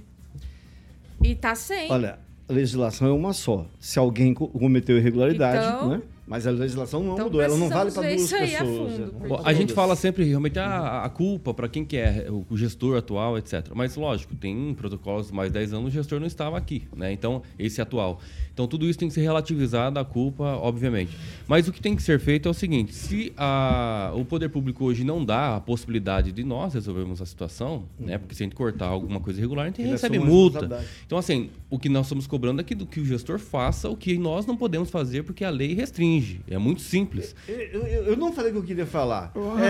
E tá sem. Olha, a legislação é uma só. Se alguém cometeu irregularidade, então, né? Mas a legislação não mudou, ela não vale para duas pessoas. A gente fala sempre realmente a culpa para quem que é o gestor atual, etc. Mas lógico, tem protocolos de mais 10 anos, o gestor não estava aqui, né? Então, esse atual. Então, tudo isso tem que ser relativizado à culpa, obviamente. Mas o que tem que ser feito é o seguinte, se o poder público hoje não dá a possibilidade de nós resolvermos a situação, né? Porque se a gente cortar alguma coisa irregular, a gente recebe multa. Então, assim, o que nós estamos cobrando é que o gestor faça o que nós não podemos fazer porque a lei restringe. É muito simples. Eu não falei o que eu queria falar.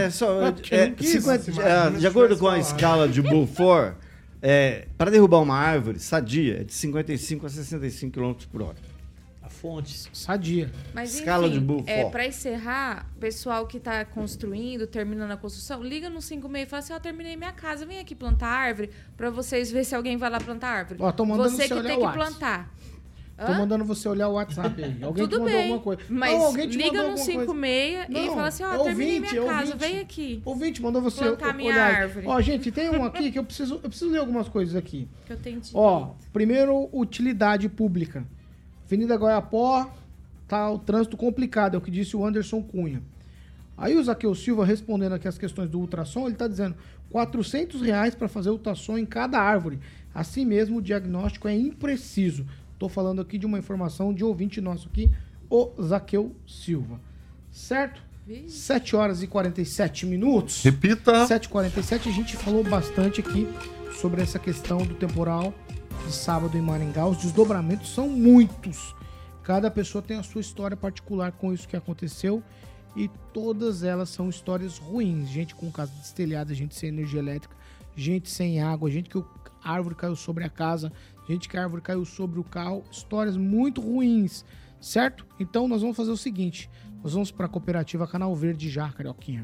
De acordo com a escala de Beaufort, para derrubar uma árvore sadia é de 55 a 65 km por hora. A fonte. Sadia. Mas, escala enfim, de Beaufort. Para encerrar, pessoal que está construindo, terminando a construção, liga no 56 e fala assim, terminei minha casa, vem aqui plantar árvore para vocês ver se alguém vai lá plantar árvore. Tô mandando você que tem que plantar. Tô mandando você olhar o WhatsApp aí. Alguém Tudo te mandou bem, alguma coisa. mas Não, alguém te liga mandou no alguma 56 coisa. e fala assim, ó, terminei minha casa, vem aqui. Ouvinte, mandou você plantar minha olhar. árvore. Ó, gente, tem um aqui que eu preciso ler algumas coisas aqui. Que eu tenho Ó, primeiro, utilidade pública. Avenida Goiapó, tá o trânsito complicado, é o que disse o Anderson Cunha. Aí o Zaqueu Silva, respondendo aqui as questões do ultrassom, ele tá dizendo R$400 para fazer ultrassom em cada árvore. Assim mesmo, o diagnóstico é impreciso. Tô falando aqui de uma informação de ouvinte nosso aqui, o Zaqueu Silva. Certo? 7 horas e 47 minutos. Repita. 7h47, a gente falou bastante aqui sobre essa questão do temporal de sábado em Maringá. Os desdobramentos são muitos. Cada pessoa tem a sua história particular com isso que aconteceu e todas elas são histórias ruins. Gente com casa destelhada, gente sem energia elétrica, gente sem água, gente que a árvore caiu sobre a casa, gente que a árvore caiu sobre o carro. Histórias muito ruins, certo? Então nós vamos fazer o seguinte, nós vamos para a cooperativa Canal Verde já, Carioquinha.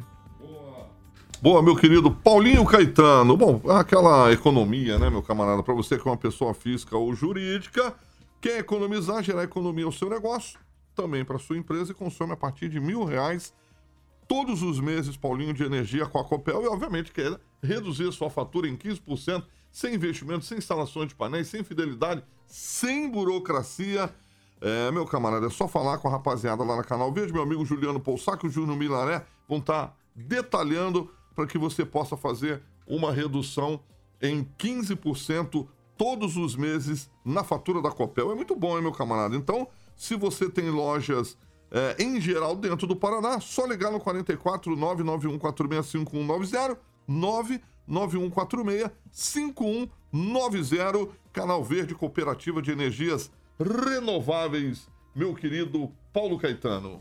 Boa, meu querido Paulinho Caetano. Bom, aquela economia, né, meu camarada? Para você que é uma pessoa física ou jurídica, quer economizar, gerar economia ao seu negócio, também para sua empresa e consome a partir de R$1.000 todos os meses, Paulinho, de energia com a Copel e, obviamente, quer reduzir a sua fatura em 15%, sem investimento, sem instalações de painéis, sem fidelidade, sem burocracia. Meu camarada, é só falar com a rapaziada lá na Canal Verde, meu amigo Juliano Poussac e o Júnior Milaré vão estar detalhando para que você possa fazer uma redução em 15% todos os meses na fatura da Copel. É muito bom, hein, meu camarada? Então, se você tem lojas em geral dentro do Paraná, só ligar no 44 99146 5190, 99146 5190, Canal Verde, Cooperativa de Energias Renováveis, meu querido Paulo Caetano.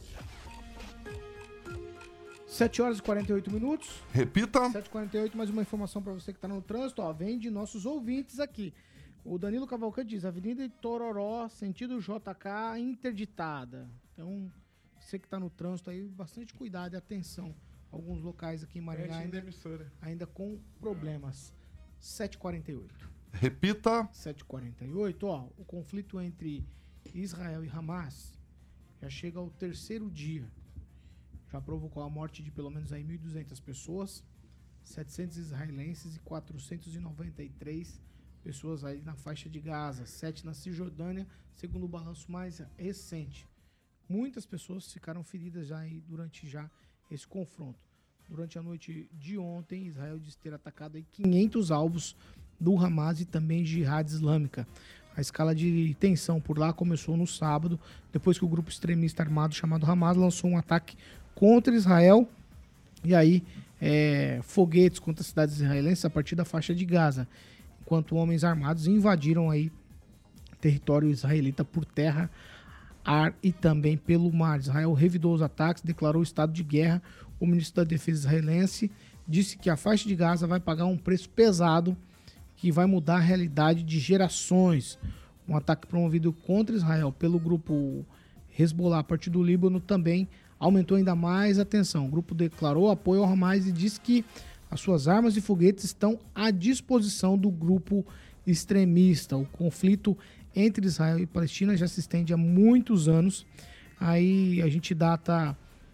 7 horas e 48 minutos. Repita. 7h48, mais uma informação para você que está no trânsito, ó, vem de nossos ouvintes aqui. O Danilo Cavalcante diz, Avenida Itororó, sentido JK, interditada. Então, você que está no trânsito aí, bastante cuidado e atenção. Alguns locais aqui em Maringá ainda com problemas. 7h48. Repita. 7h48, ó, o conflito entre Israel e Hamas já chega ao 3º dia. Já provocou a morte de pelo menos aí 1.200 pessoas, 700 israelenses e 493 pessoas aí na faixa de Gaza, 7 na Cisjordânia, segundo o balanço mais recente. Muitas pessoas ficaram feridas já aí durante já esse confronto. Durante a noite de ontem, Israel disse ter atacado aí 500 alvos do Hamas e também Jihad Islâmica. A escala de tensão por lá começou no sábado, depois que o grupo extremista armado chamado Hamas lançou um ataque contra Israel e aí foguetes contra cidades israelenses a partir da faixa de Gaza, enquanto homens armados invadiram aí território israelita por terra, ar e também pelo mar. Israel revidou os ataques, declarou estado de guerra. O ministro da Defesa israelense disse que a faixa de Gaza vai pagar um preço pesado que vai mudar a realidade de gerações. Um ataque promovido contra Israel pelo grupo Hezbollah a partir do Líbano também aumentou ainda mais a tensão. O grupo declarou apoio ao Hamas e disse que as suas armas e foguetes estão à disposição do grupo extremista. O conflito entre Israel e Palestina já se estende há muitos anos. Aí a gente data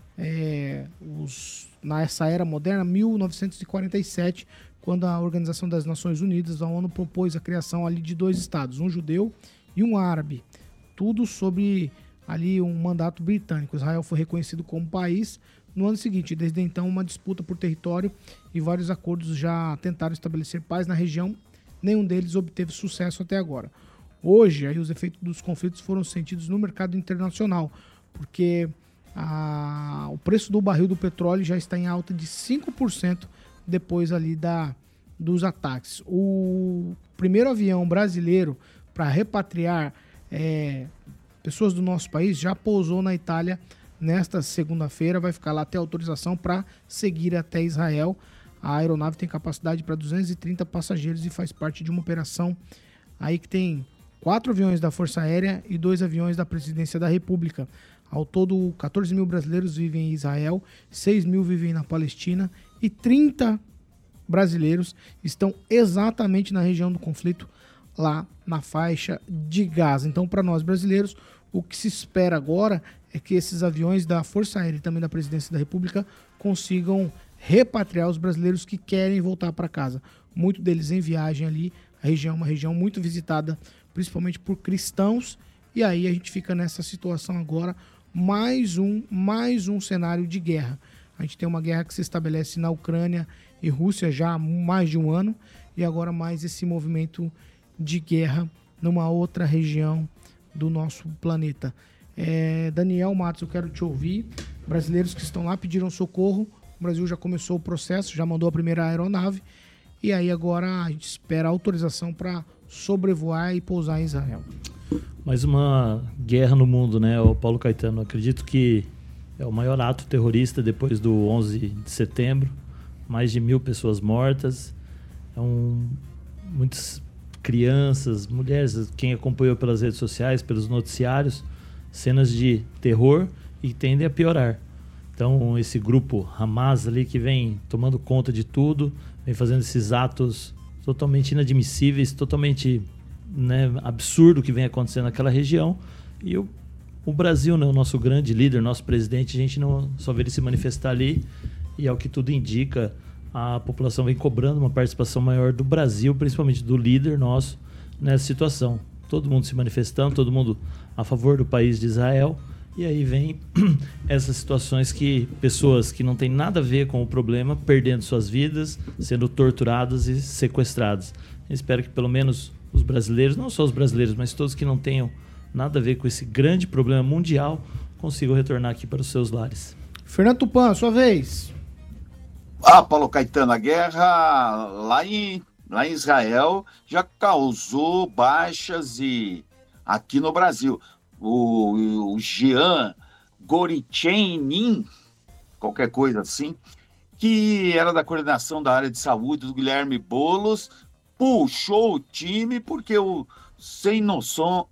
nessa era moderna, 1947, quando a Organização das Nações Unidas, a ONU, propôs a criação ali de 2 estados, um judeu e um árabe. Tudo sobre ali um mandato britânico. Israel foi reconhecido como país no ano seguinte. Desde então, uma disputa por território e vários acordos já tentaram estabelecer paz na região. Nenhum deles obteve sucesso até agora. Hoje, aí, os efeitos dos conflitos foram sentidos no mercado internacional, porque o preço do barril do petróleo já está em alta de 5% depois ali dos ataques. O primeiro avião brasileiro para repatriar pessoas do nosso país já pousou na Itália nesta segunda-feira, vai ficar lá até autorização para seguir até Israel. A aeronave tem capacidade para 230 passageiros e faz parte de uma operação aí que tem 4 aviões da Força Aérea e 2 aviões da Presidência da República. Ao todo, 14 mil brasileiros vivem em Israel, 6 mil vivem na Palestina e 30 brasileiros estão exatamente na região do conflito lá na faixa de Gaza. Então, para nós brasileiros, o que se espera agora é que esses aviões da Força Aérea e também da Presidência da República consigam repatriar os brasileiros que querem voltar para casa. Muito deles em viagem ali. A região é uma região muito visitada, principalmente por cristãos. E aí a gente fica nessa situação agora, mais um cenário de guerra. A gente tem uma guerra que se estabelece na Ucrânia e Rússia já há mais de um ano. E agora mais esse movimento de guerra numa outra região do nosso planeta. Daniel Matos, eu quero te ouvir. Brasileiros que estão lá pediram socorro. O Brasil já começou o processo, já mandou a primeira aeronave. E aí agora a gente espera a autorização para sobrevoar e pousar em Israel. Mais uma guerra no mundo, né, o Paulo Caetano? Acredito que é o maior ato terrorista depois do 11 de setembro. Mais de 1.000 pessoas mortas. Muitas crianças, mulheres, quem acompanhou pelas redes sociais, pelos noticiários, cenas de terror e tendem a piorar. Então, esse grupo Hamas ali que vem tomando conta de tudo, vem fazendo esses atos totalmente inadmissíveis, totalmente, né, absurdo que vem acontecendo naquela região. E o Brasil, né, o nosso grande líder, nosso presidente, a gente não só vê ele se manifestar ali, e ao que tudo indica, a população vem cobrando uma participação maior do Brasil, principalmente do líder nosso, nessa situação. Todo mundo se manifestando, todo mundo a favor do país de Israel. E aí vem essas situações que pessoas que não têm nada a ver com o problema, perdendo suas vidas, sendo torturadas e sequestradas. Eu espero que pelo menos os brasileiros, não só os brasileiros, mas todos que não tenham nada a ver com esse grande problema mundial, consigam retornar aqui para os seus lares. Fernando Tupan, sua vez. Paulo Caetano, a guerra lá em Israel já causou baixas e aqui no Brasil. O Jean Gorichenin, qualquer coisa assim, que era da coordenação da área de saúde do Guilherme Boulos, puxou o time porque o sem noção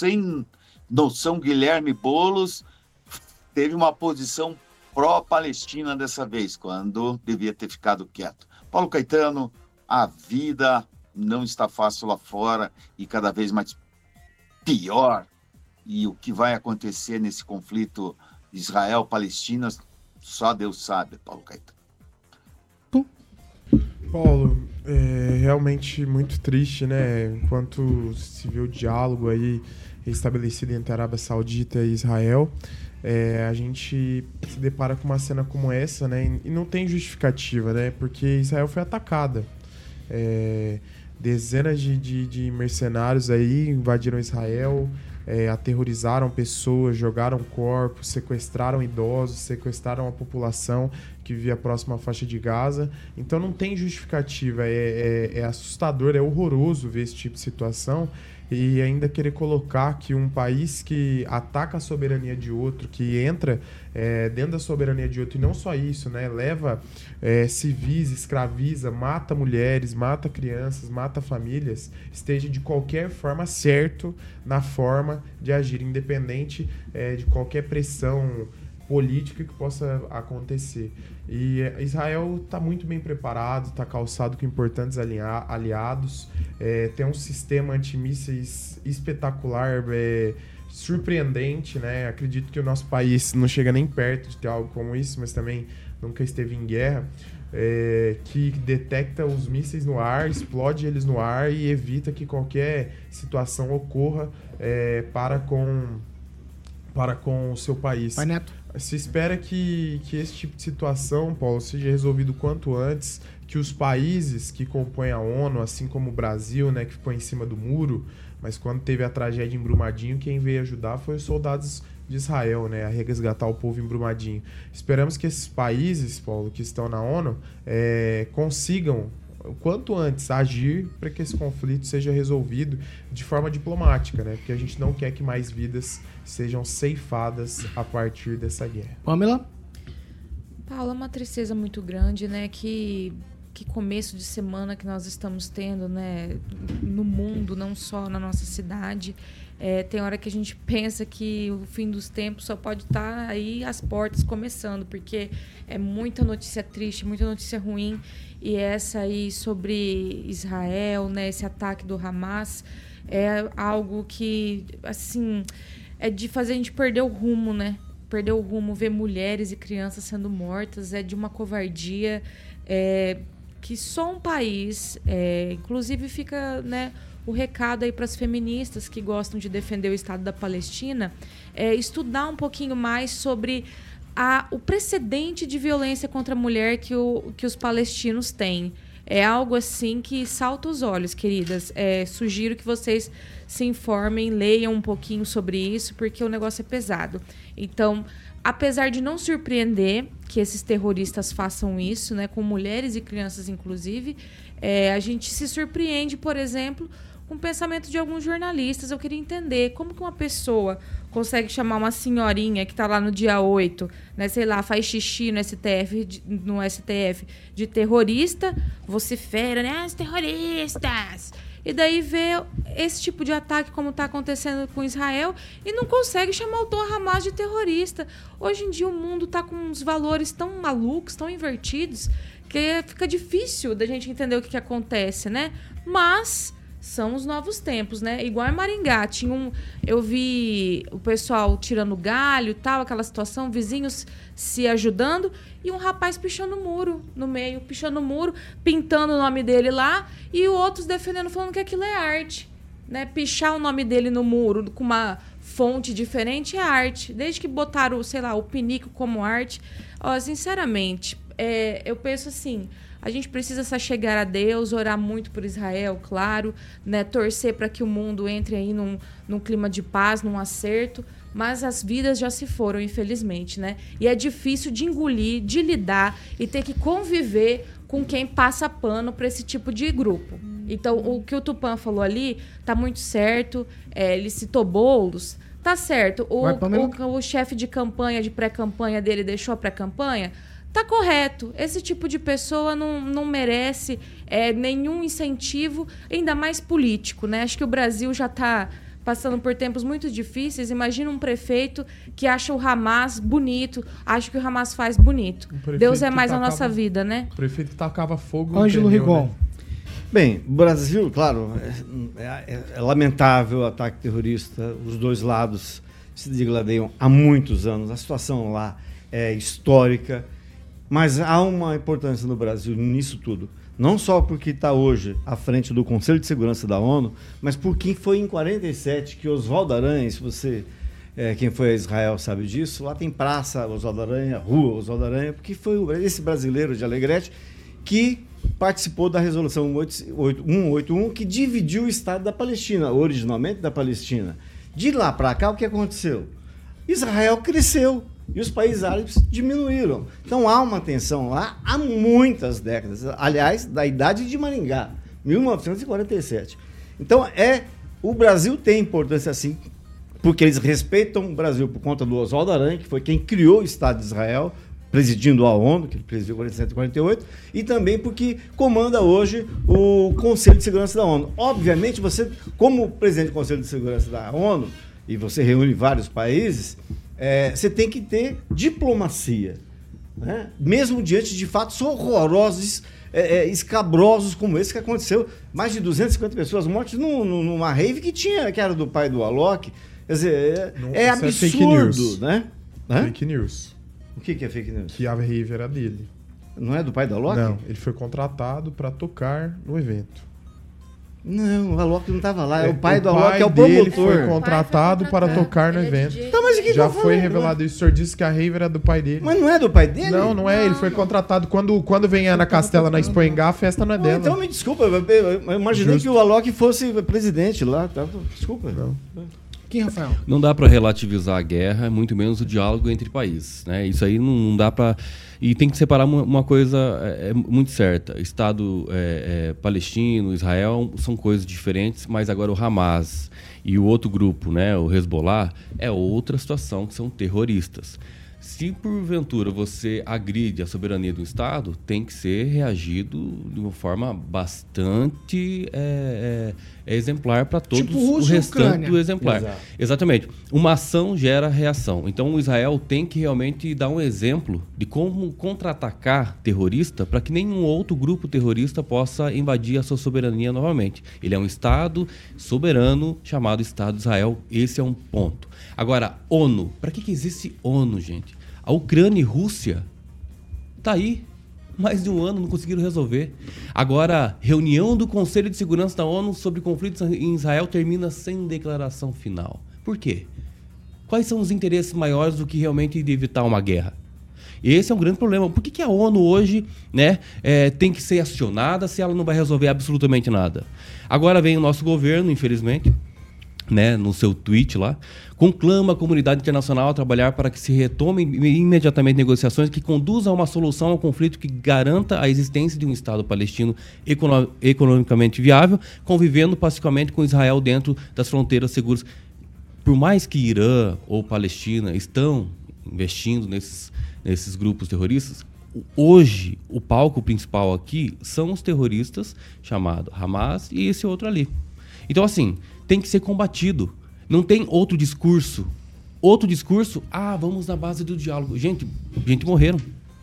Guilherme Boulos teve uma posição pró-Palestina dessa vez, quando devia ter ficado quieto. Paulo Caetano, a vida não está fácil lá fora e cada vez mais pior. E o que vai acontecer nesse conflito Israel-Palestina, só Deus sabe, Paulo Caetano. Paulo, é realmente muito triste, né? Enquanto se vê o diálogo aí estabelecido entre a Arábia Saudita e Israel, a gente se depara com uma cena como essa, né? E não tem justificativa, né? Porque Israel foi atacada. Dezenas de mercenários aí invadiram Israel, aterrorizaram pessoas, jogaram corpos, sequestraram idosos, sequestraram a população que vivia próxima à faixa de Gaza. Então não tem justificativa, é assustador, é horroroso ver esse tipo de situação e ainda querer colocar que um país que ataca a soberania de outro, que entra dentro da soberania de outro, e não só isso, né, leva civis, escraviza, mata mulheres, mata crianças, mata famílias, esteja de qualquer forma certo na forma de agir, independente de qualquer pressão política que possa acontecer. E Israel está muito bem preparado, está calçado com importantes aliados, tem um sistema antimísseis espetacular, surpreendente, né? Acredito que o nosso país não chega nem perto de ter algo como isso, mas também nunca esteve em guerra, que detecta os mísseis no ar, explode eles no ar e evita que qualquer situação ocorra para com o seu país. Vai, Neto. Se espera que esse tipo de situação, Paulo, seja resolvido o quanto antes, que os países que compõem a ONU, assim como o Brasil, né, que ficou em cima do muro, mas quando teve a tragédia em Brumadinho, quem veio ajudar foi os soldados de Israel, né, a resgatar o povo em Brumadinho. Esperamos que esses países, Paulo, que estão na ONU, consigam o quanto antes agir para que esse conflito seja resolvido de forma diplomática, né? Porque a gente não quer que mais vidas sejam ceifadas a partir dessa guerra. Pamela? Paulo, é uma tristeza muito grande, né? Que começo de semana que nós estamos tendo, né? No mundo, não só na nossa cidade. Tem hora que a gente pensa que o fim dos tempos só pode estar aí às portas começando, porque é muita notícia triste, muita notícia ruim. E essa aí sobre Israel, né, esse ataque do Hamas, é algo que, assim, é de fazer a gente perder o rumo, né? Perder o rumo, ver mulheres e crianças sendo mortas, é de uma covardia que só um país, inclusive fica, né, o recado aí para as feministas que gostam de defender o Estado da Palestina, estudar um pouquinho mais sobre o precedente de violência contra a mulher que os palestinos têm. É algo assim que salta os olhos, queridas. Sugiro que vocês se informem, leiam um pouquinho sobre isso, porque o negócio é pesado. Então, apesar de não surpreender que esses terroristas façam isso, né, com mulheres e crianças, inclusive, a gente se surpreende, por exemplo, com o pensamento de alguns jornalistas. Eu queria entender como que uma pessoa consegue chamar uma senhorinha que está lá no dia 8, né, sei lá, faz xixi no STF de terrorista, vocifera, né, os terroristas, e daí vê esse tipo de ataque como está acontecendo com Israel e não consegue chamar o Hamas de terrorista. Hoje em dia o mundo está com uns valores tão malucos, tão invertidos, que fica difícil da gente entender o que acontece, né? Mas são os novos tempos, né? Igual em Maringá, eu vi o pessoal tirando galho e tal, aquela situação, vizinhos se ajudando, e um rapaz pichando o muro no meio, pichando o muro, pintando o nome dele lá, e outros defendendo, falando que aquilo é arte, né? Pichar o nome dele no muro com uma fonte diferente é arte. Desde que botaram, sei lá, o pinico como arte, sinceramente, eu penso assim, a gente precisa se achegar a Deus, orar muito por Israel, claro, né? Torcer para que o mundo entre aí num clima de paz, num acerto, mas as vidas já se foram, infelizmente, né? E é difícil de engolir, de lidar e ter que conviver com quem passa pano para esse tipo de grupo. Então, o que o Tupã falou ali tá muito certo, ele citou Boulos, tá certo. O chefe de campanha, de pré-campanha dele deixou a pré-campanha, tá correto. Esse tipo de pessoa não merece nenhum incentivo, ainda mais político, né? Acho que o Brasil já está passando por tempos muito difíceis. Imagina um prefeito que acha o Hamas bonito, acha que o Hamas faz bonito. Deus é mais a nossa vida, né? O prefeito que tacava fogo Ângelo Rigon. Né? Bem, o Brasil, claro, é lamentável o ataque terrorista. Os dois lados se degladeiam há muitos anos. A situação lá é histórica. Mas há uma importância no Brasil nisso tudo. Não só porque está hoje à frente do Conselho de Segurança da ONU, mas porque foi em 47 que Oswaldo Aranha, se você, quem foi a Israel sabe disso, lá tem praça Oswaldo Aranha, rua Oswaldo Aranha, porque foi esse brasileiro de Alegrete que participou da resolução 181, que dividiu o Estado da Palestina, originalmente da Palestina. De lá para cá, o que aconteceu? Israel cresceu. E os países árabes diminuíram. Então há uma tensão lá há muitas décadas. Aliás, da idade de Maringá, 1947. Então o Brasil tem importância assim, porque eles respeitam o Brasil por conta do Oswaldo Aranha, que foi quem criou o Estado de Israel, presidindo a ONU, que ele presidiu em 47 e 48, e também porque comanda hoje o Conselho de Segurança da ONU. Obviamente, você, como presidente do Conselho de Segurança da ONU, e você reúne vários países, você tem que ter diplomacia, né? Mesmo diante de fatos horrorosos, escabrosos como esse que aconteceu. Mais de 250 pessoas mortas numa rave que era do pai do Alok. Quer dizer, é absurdo, fake news, né? Fake news. O que é fake news? Que a rave era dele. Não é do pai do Alok? Não, ele foi contratado para tocar no evento. Não, o Alok não estava lá. O pai do Alok é o promotor. Ele foi contratado para tocar no evento. Então, mas já foi revelado isso. O senhor disse que a rave era do pai dele. Mas não é do pai dele? Não é. Ele foi contratado. Quando vem a Ana Castela na Expo Engá, a festa não é dela. Então me desculpa. Eu imaginei que o Alok fosse presidente lá. Tá? Desculpa. Não. Quem, Rafael? Não dá para relativizar a guerra, muito menos o diálogo entre países, né? Isso aí não dá para... E tem que separar uma coisa muito certa. Estado palestino, Israel, são coisas diferentes, mas agora o Hamas e o outro grupo, né, o Hezbollah, é outra situação, que são terroristas. Se porventura você agride a soberania do Estado, tem que ser reagido de uma forma bastante exemplar para todos Tipo o Rússia e restante Ucrânia. do exemplar. Exato. Exatamente. Uma ação gera reação. Então o Israel tem que realmente dar um exemplo de como contra-atacar terrorista para que nenhum outro grupo terrorista possa invadir a sua soberania novamente. Ele é um Estado soberano chamado Estado de Israel. Esse é um ponto. Agora, ONU. Para que existe ONU, gente? A Ucrânia e Rússia tá aí. Mais de um ano não conseguiram resolver. Agora, reunião do Conselho de Segurança da ONU sobre conflitos em Israel termina sem declaração final. Por quê? Quais são os interesses maiores do que realmente de evitar uma guerra? Esse é um grande problema. Por que a ONU hoje, né, tem que ser acionada se ela não vai resolver absolutamente nada? Agora vem o nosso governo, infelizmente, né, no seu tweet lá, conclama a comunidade internacional a trabalhar para que se retomem imediatamente negociações que conduzam a uma solução ao conflito que garanta a existência de um Estado palestino economicamente viável, convivendo pacificamente com Israel dentro das fronteiras seguras. Por mais que Irã ou Palestina estão investindo nesses grupos terroristas, hoje o palco principal aqui são os terroristas chamados Hamas e esse outro ali. Então, assim, tem que ser combatido. Não tem outro discurso. Outro discurso, vamos na base do diálogo. Gente morreram.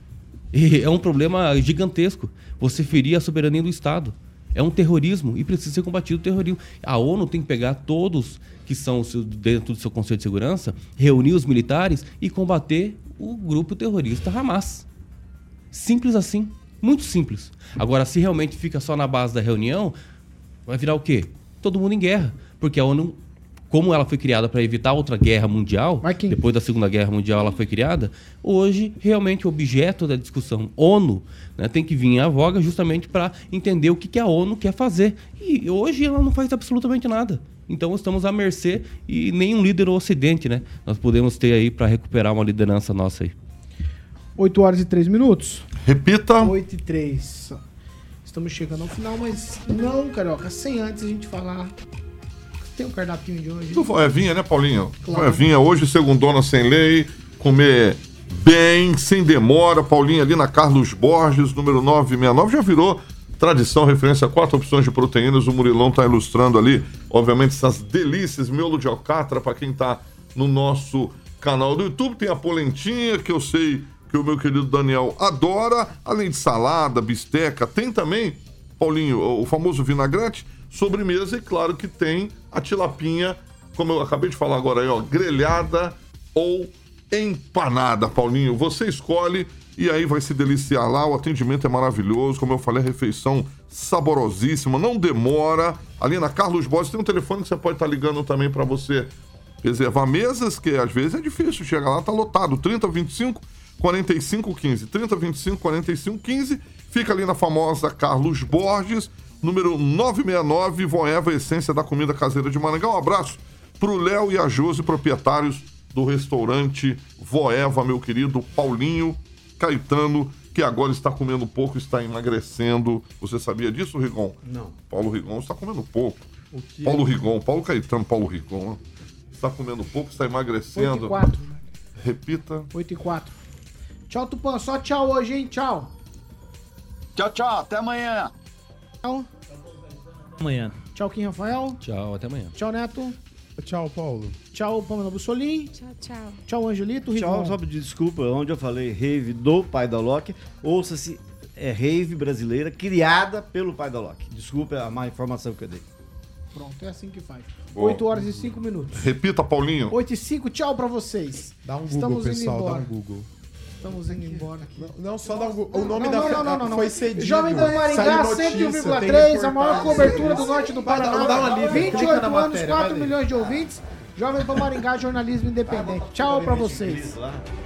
E é um problema gigantesco. Você ferir a soberania do Estado. É um terrorismo e precisa ser combatido o terrorismo. A ONU tem que pegar todos que são dentro do seu Conselho de Segurança, reunir os militares e combater o grupo terrorista Hamas. Simples assim. Muito simples. Agora, se realmente fica só na base da reunião, vai virar o quê? Todo mundo em guerra. Porque a ONU, como ela foi criada para evitar outra guerra mundial, depois da Segunda Guerra Mundial ela foi criada, hoje realmente o objeto da discussão ONU, né, tem que vir à voga justamente para entender o que a ONU quer fazer. E hoje ela não faz absolutamente nada. Então estamos à mercê e nenhum líder do Ocidente, né, nós podemos ter aí para recuperar uma liderança nossa aí. 8 horas e 3 minutos. Repita. 8 e 3. Estamos chegando ao final, mas não, Carioca, sem antes a gente falar. Tem um cardápio de hoje. Tu voevinha, né, Paulinho? Claro. Voevinha hoje, segundona sem lei, comer bem, sem demora. Paulinho ali na Carlos Borges, número 969, já virou tradição, referência a 4 opções de proteínas. O Murilão tá ilustrando ali, obviamente, essas delícias, miolo de alcatra, para quem tá no nosso canal do YouTube. Tem a polentinha, que eu sei que o meu querido Daniel adora, além de salada, bisteca, tem também, Paulinho, o famoso vinagrete, sobremesa, e claro que tem a tilapinha, como eu acabei de falar agora aí, ó, grelhada ou empanada, Paulinho. Você escolhe e aí vai se deliciar lá, o atendimento é maravilhoso, como eu falei, a refeição saborosíssima, não demora. Ali na Carlos Borges tem um telefone que você pode estar ligando também para você reservar mesas, que às vezes é difícil, chega lá, tá lotado, 3025 4515, 3025 4515, fica ali na famosa Carlos Borges, número 969, Voeva, essência da comida caseira de Maringá. Um abraço pro Léo e a Josi, proprietários do restaurante Voeva, meu querido Paulinho Caetano, que agora está comendo pouco, está emagrecendo. Você sabia disso, Rigon? Não. Paulo Rigon está comendo pouco. O que Paulo Rigon, Paulo Caetano, Paulo Rigon, está comendo pouco, está emagrecendo. 8 e 4. Repita. 8 e 4. Tchau, Tupã. Só tchau hoje, hein? Tchau. Tchau, tchau. Até amanhã. Tchau. Amanhã. Tchau, Kim Rafael. Tchau, até amanhã. Tchau, Neto. Tchau, Paulo. Tchau, Pamela Bussolini. Tchau, tchau. Tchau, Angelito. Tchau, Rigon. só pedir desculpa, onde eu falei rave do pai da Loki, ouça-se, é rave brasileira criada pelo pai da Loki. Desculpa a má informação que eu dei. Pronto, é assim que faz. Boa. 8 horas e 5 minutos. Repita, Paulinho. 8 e 5, tchau pra vocês. Dá um Google, Estamos indo pessoal, dá embora. um Google. Estamos indo embora aqui. Não, só dá um Google. O nome Não. foi cedido. Jovem Pan Maringá, Saiu notícia, 101,3, a maior tem cobertura do norte do Vai Paraná. dar um alívio, clica 28 na anos, matéria, 4 vai ler. milhões de ouvintes. Jovem Pan Maringá, jornalismo independente. Tchau pra vocês.